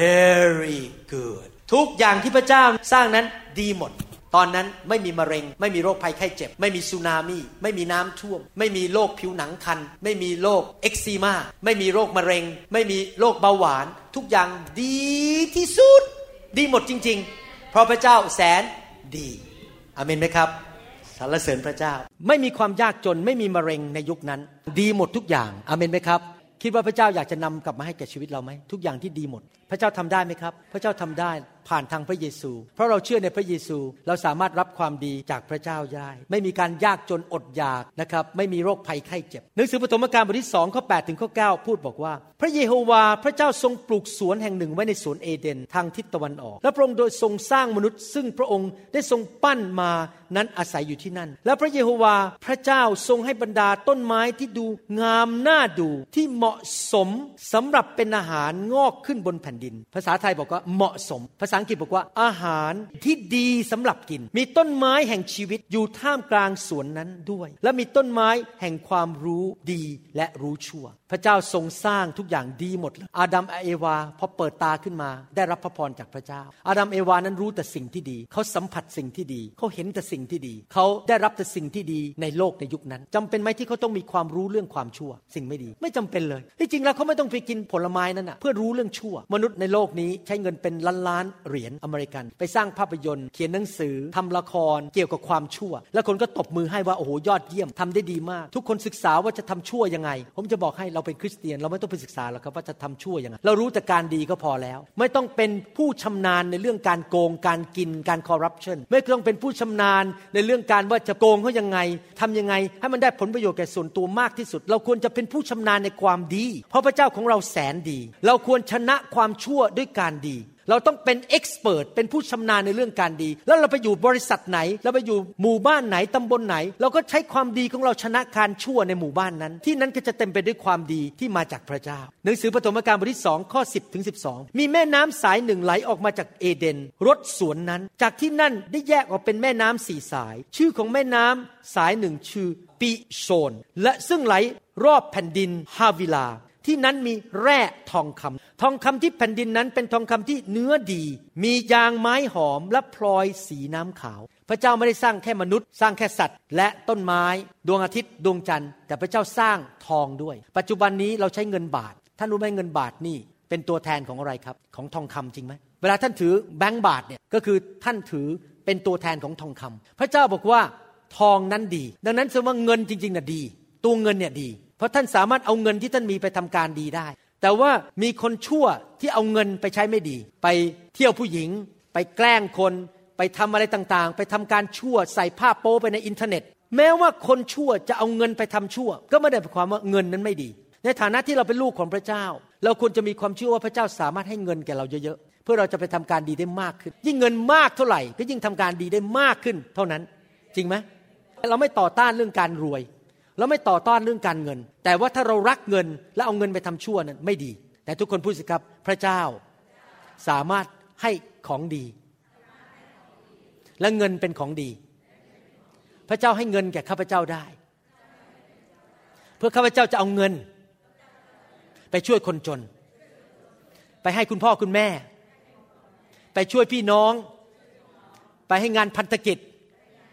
very good ทุกอย่างที่พระเจ้าสร้างนั้นดีหมดตอนนั้นไม่มีมะเร็งไม่มีโรคภัยไข้เจ็บไม่มีสึนามิไม่มีน้ำท่วมไม่มีโรคผิวหนังคันไม่มีโรคเอ็กซีมาไม่มีโรคมะเร็งไม่มีโรคเบาหวานทุกอย่างดีที่สุดดีหมดจริงๆเพราะพระเจ้าแสนดีอาเมนไหมครับสรรเสริญพระเจ้าไม่มีความยากจนไม่มีมะเร็งในยุคนั้นดีหมดทุกอย่างอาเมนไหมครับคิดว่าพระเจ้าอยากจะนำกลับมาให้แก่ชีวิตเราไหมทุกอย่างที่ดีหมดพระเจ้าทำได้ไหมครับพระเจ้าทำได้ผ่านทางพระเยซูเพราะเราเชื่อในพระเยซูเราสามารถรับความดีจากพระเจ้าได้ไม่มีการยากจนอดอยากนะครับไม่มีโรคภัยไข้เจ็บหนังสือปฐมกาลบทที่2ข้อ8ถึงข้อ9พูดบอกว่าพระเยโฮวาพระเจ้าทรงปลูกสวนแห่งหนึ่งไว้ในสวนเอเดนทางทิศตะวันออกและพระองค์โดยทรงสร้างมนุษย์ซึ่งพระองค์ได้ทรงปั้นมานั้นอาศัยอยู่ที่นั่นและพระเยโฮวาพระเจ้าทรงให้บรรดาต้นไม้ที่ดูงามน่าดูที่เหมาะสมสำหรับเป็นอาหารงอกขึ้นบนแผ่นดินภาษาไทยบอกว่าเหมาะสมภาษาอังกฤษบอกว่าอาหารที่ดีสำหรับกินมีต้นไม้แห่งชีวิตอยู่ท่ามกลางสวนนั้นด้วยและมีต้นไม้แห่งความรู้ดีและรู้ชั่วพระเจ้าทรงสร้างทุกอย่างดีหมดเลยอาดัมเอวาพอเปิดตาขึ้นมาได้รับพระพรจากพระเจ้าอาดัมเอวานั้นรู้แต่สิ่งที่ดีเขาสัมผัสสิ่งที่ดีเขาเห็นแต่สิ่งที่ดีเขาได้รับแต่สิ่งที่ดีในโลกในยุคนั้นจำเป็นไหมที่เขาต้องมีความรู้เรื่องความชั่วสิ่งไม่ดีไม่จำเป็นเลยที่จริงแล้วเขาไม่ต้องไปกินผลไม้นั้นเพื่อรู้เรื่องชั่วมนุษย์ในโลกนี้ใช้เงินเป็นล้านๆเหรียญอเมริกันไปสร้างภาพยนตร์เขียนหนังสือทำละครเกี่ยวกับความชั่วแล้วคนก็ตบมือให้ว่าโอ้โหยอดเยี่ยมทำได้ดีมากทุกคนศึกษาว่าจะทำชั่วยังไงผมจะบอกให้เราเป็นคริสเตียนเราไม่ต้องไปศึกษาหรอกครับว่าจะทำชั่วยังไงเรารู้แต่การดีก็พอแล้วไม่ต้องเป็นผู้ชำนาญในเรื่องการโกงการกินการคอร์รัปชันไม่ต้องเป็นผู้ชำนาญในเรื่องการว่าจะโกงเขายังไงทำยังไงให้มันได้ผลประโยชน์แก่ส่วนตัวมากที่สุดเราควรจะเป็นผู้ชำนาญในความดีเพราะพระเจ้าของเราแสนดีเราควรชนะความชั่วด้วยการดีเราต้องเป็นเอ็กซ์เพิร์ทเป็นผู้ชำนาญในเรื่องการดีแล้วเราไปอยู่บริษัทไหนเราไปอยู่หมู่บ้านไหนตำบลไหนเราก็ใช้ความดีของเราชนะการชั่วในหมู่บ้านนั้นที่นั้นก็จะเต็มไปด้วยความดีที่มาจากพระเจ้าหนังสือปฐมกาลบทที่2ข้อ10ถึง12มีแม่น้ำสายหนึ่งไหลออกมาจากเอเดนรดสวนนั้นจากที่นั่นได้แยกออกเป็นแม่น้ำ4สายชื่อของแม่น้ำสายหนึ่งชื่อปิโชนและซึ่งไหลรอบแผ่นดินฮาวิลาที่นั้นมีแร่ทองคำที่แผ่นดินนั้นเป็นทองคำที่เนื้อดีมียางไม้หอมและพลอยสีน้ำขาวพระเจ้าไม่ได้สร้างแค่มนุษย์สร้างแค่สัตว์และต้นไม้ดวงอาทิตย์ดวงจันทร์แต่พระเจ้าสร้างทองด้วยปัจจุบันนี้เราใช้เงินบาทท่านรู้ไหมเงินบาทนี่เป็นตัวแทนของอะไรครับของทองคำจริงไหมเวลาท่านถือแบงก์บาทเนี่ยก็คือท่านถือเป็นตัวแทนของทองคำพระเจ้าบอกว่าทองนั้นดีดังนั้นแสดงว่าเงินจริงๆน่ะดีตัวเงินเนี่ยดีเพราะท่านสามารถเอาเงินที่ท่านมีไปทำการดีได้แต่ว่ามีคนชั่วที่เอาเงินไปใช้ไม่ดีไปเที่ยวผู้หญิงไปแกล้งคนไปทำอะไรต่างๆไปทำการชั่วใส่ภาพโป๊ไปในอินเทอร์เน็ตแม้ว่าคนชั่วจะเอาเงินไปทำชั่วก็ไม่ได้หมายความว่าเงินนั้นไม่ดีในฐานะที่เราเป็นลูกของพระเจ้าเราควรจะมีความเชื่อว่าพระเจ้าสามารถให้เงินแก่เราเยอะๆเพื่อเราจะไปทำการดีได้มากขึ้นยิ่งเงินมากเท่าไหร่ก็ยิ่งทำการดีได้มากขึ้นเท่านั้นจริงไหมเราไม่ต่อต้านเรื่องการรวยเราไม่ต่อต้านเรื่องการเงินแต่ว่าถ้าเรารักเงินและเอาเงินไปทำชั่วนั้นไม่ดีแต่ทุกคนพูดสิครับพระเจ้าสามารถให้ของดีและเงินเป็นของดีพระเจ้าให้เงินแก่ข้าพเจ้าได้เพื่อข้าพเจ้าจะเอาเงินไปช่วยคนจนไปให้คุณพ่อคุณแม่ไปช่วยพี่น้องไปให้งานพันธกิจ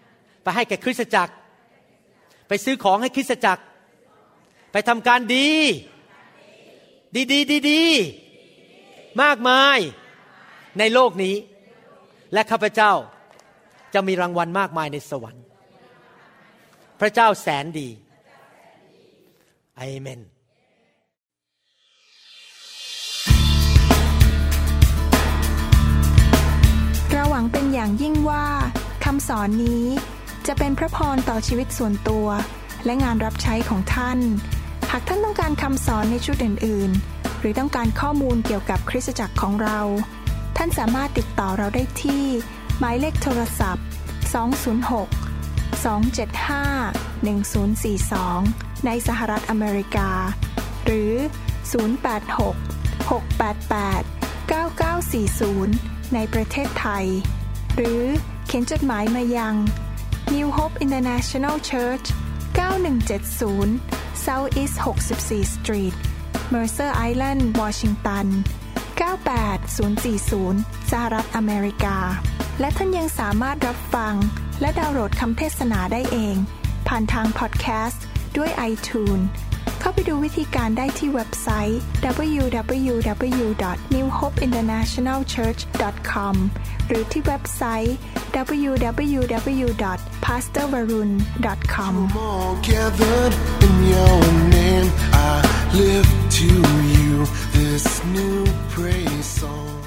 ไปให้แก่คริสตจักรไปซื้อของให้คริสตจักรไปทำการดีมากมายในโลกนี้และข้าพเจ้าจะมีรางวัลมากมายในสวรรค์พระเจ้าแสนดีอาเมน
เราหวังเป็นอย่างยิ่งว่าคำสอนนี้จะเป็นพระพรต่อชีวิตส่วนตัวและงานรับใช้ของท่านหากท่านต้องการคำสอนในชุดอื่นๆหรือต้องการข้อมูลเกี่ยวกับคริสตจักรของเราท่านสามารถติดต่อเราได้ที่หมายเลขโทรศัพท์206-275-1042ในสหรัฐอเมริกาหรือ086-688-9940ในประเทศไทยหรือเขียนจดหมายมายัง New Hope International Church 9170 South East 64 Street Mercer Island Washington 98040 สหรัฐอเมริกาและท่านยังสามารถรับฟังและดาวน์โหลดคำเทศนาได้เองผ่านทางพอดแคสต์ด้วย iTunes เข้าไปดูวิธีการได้ที่เว็บไซต์ www.newhopeinternationalchurch.com หรือที่เว็บไซต์ www.pastorvarun.com
Come all gathered in your name, I lift to you this new praise song.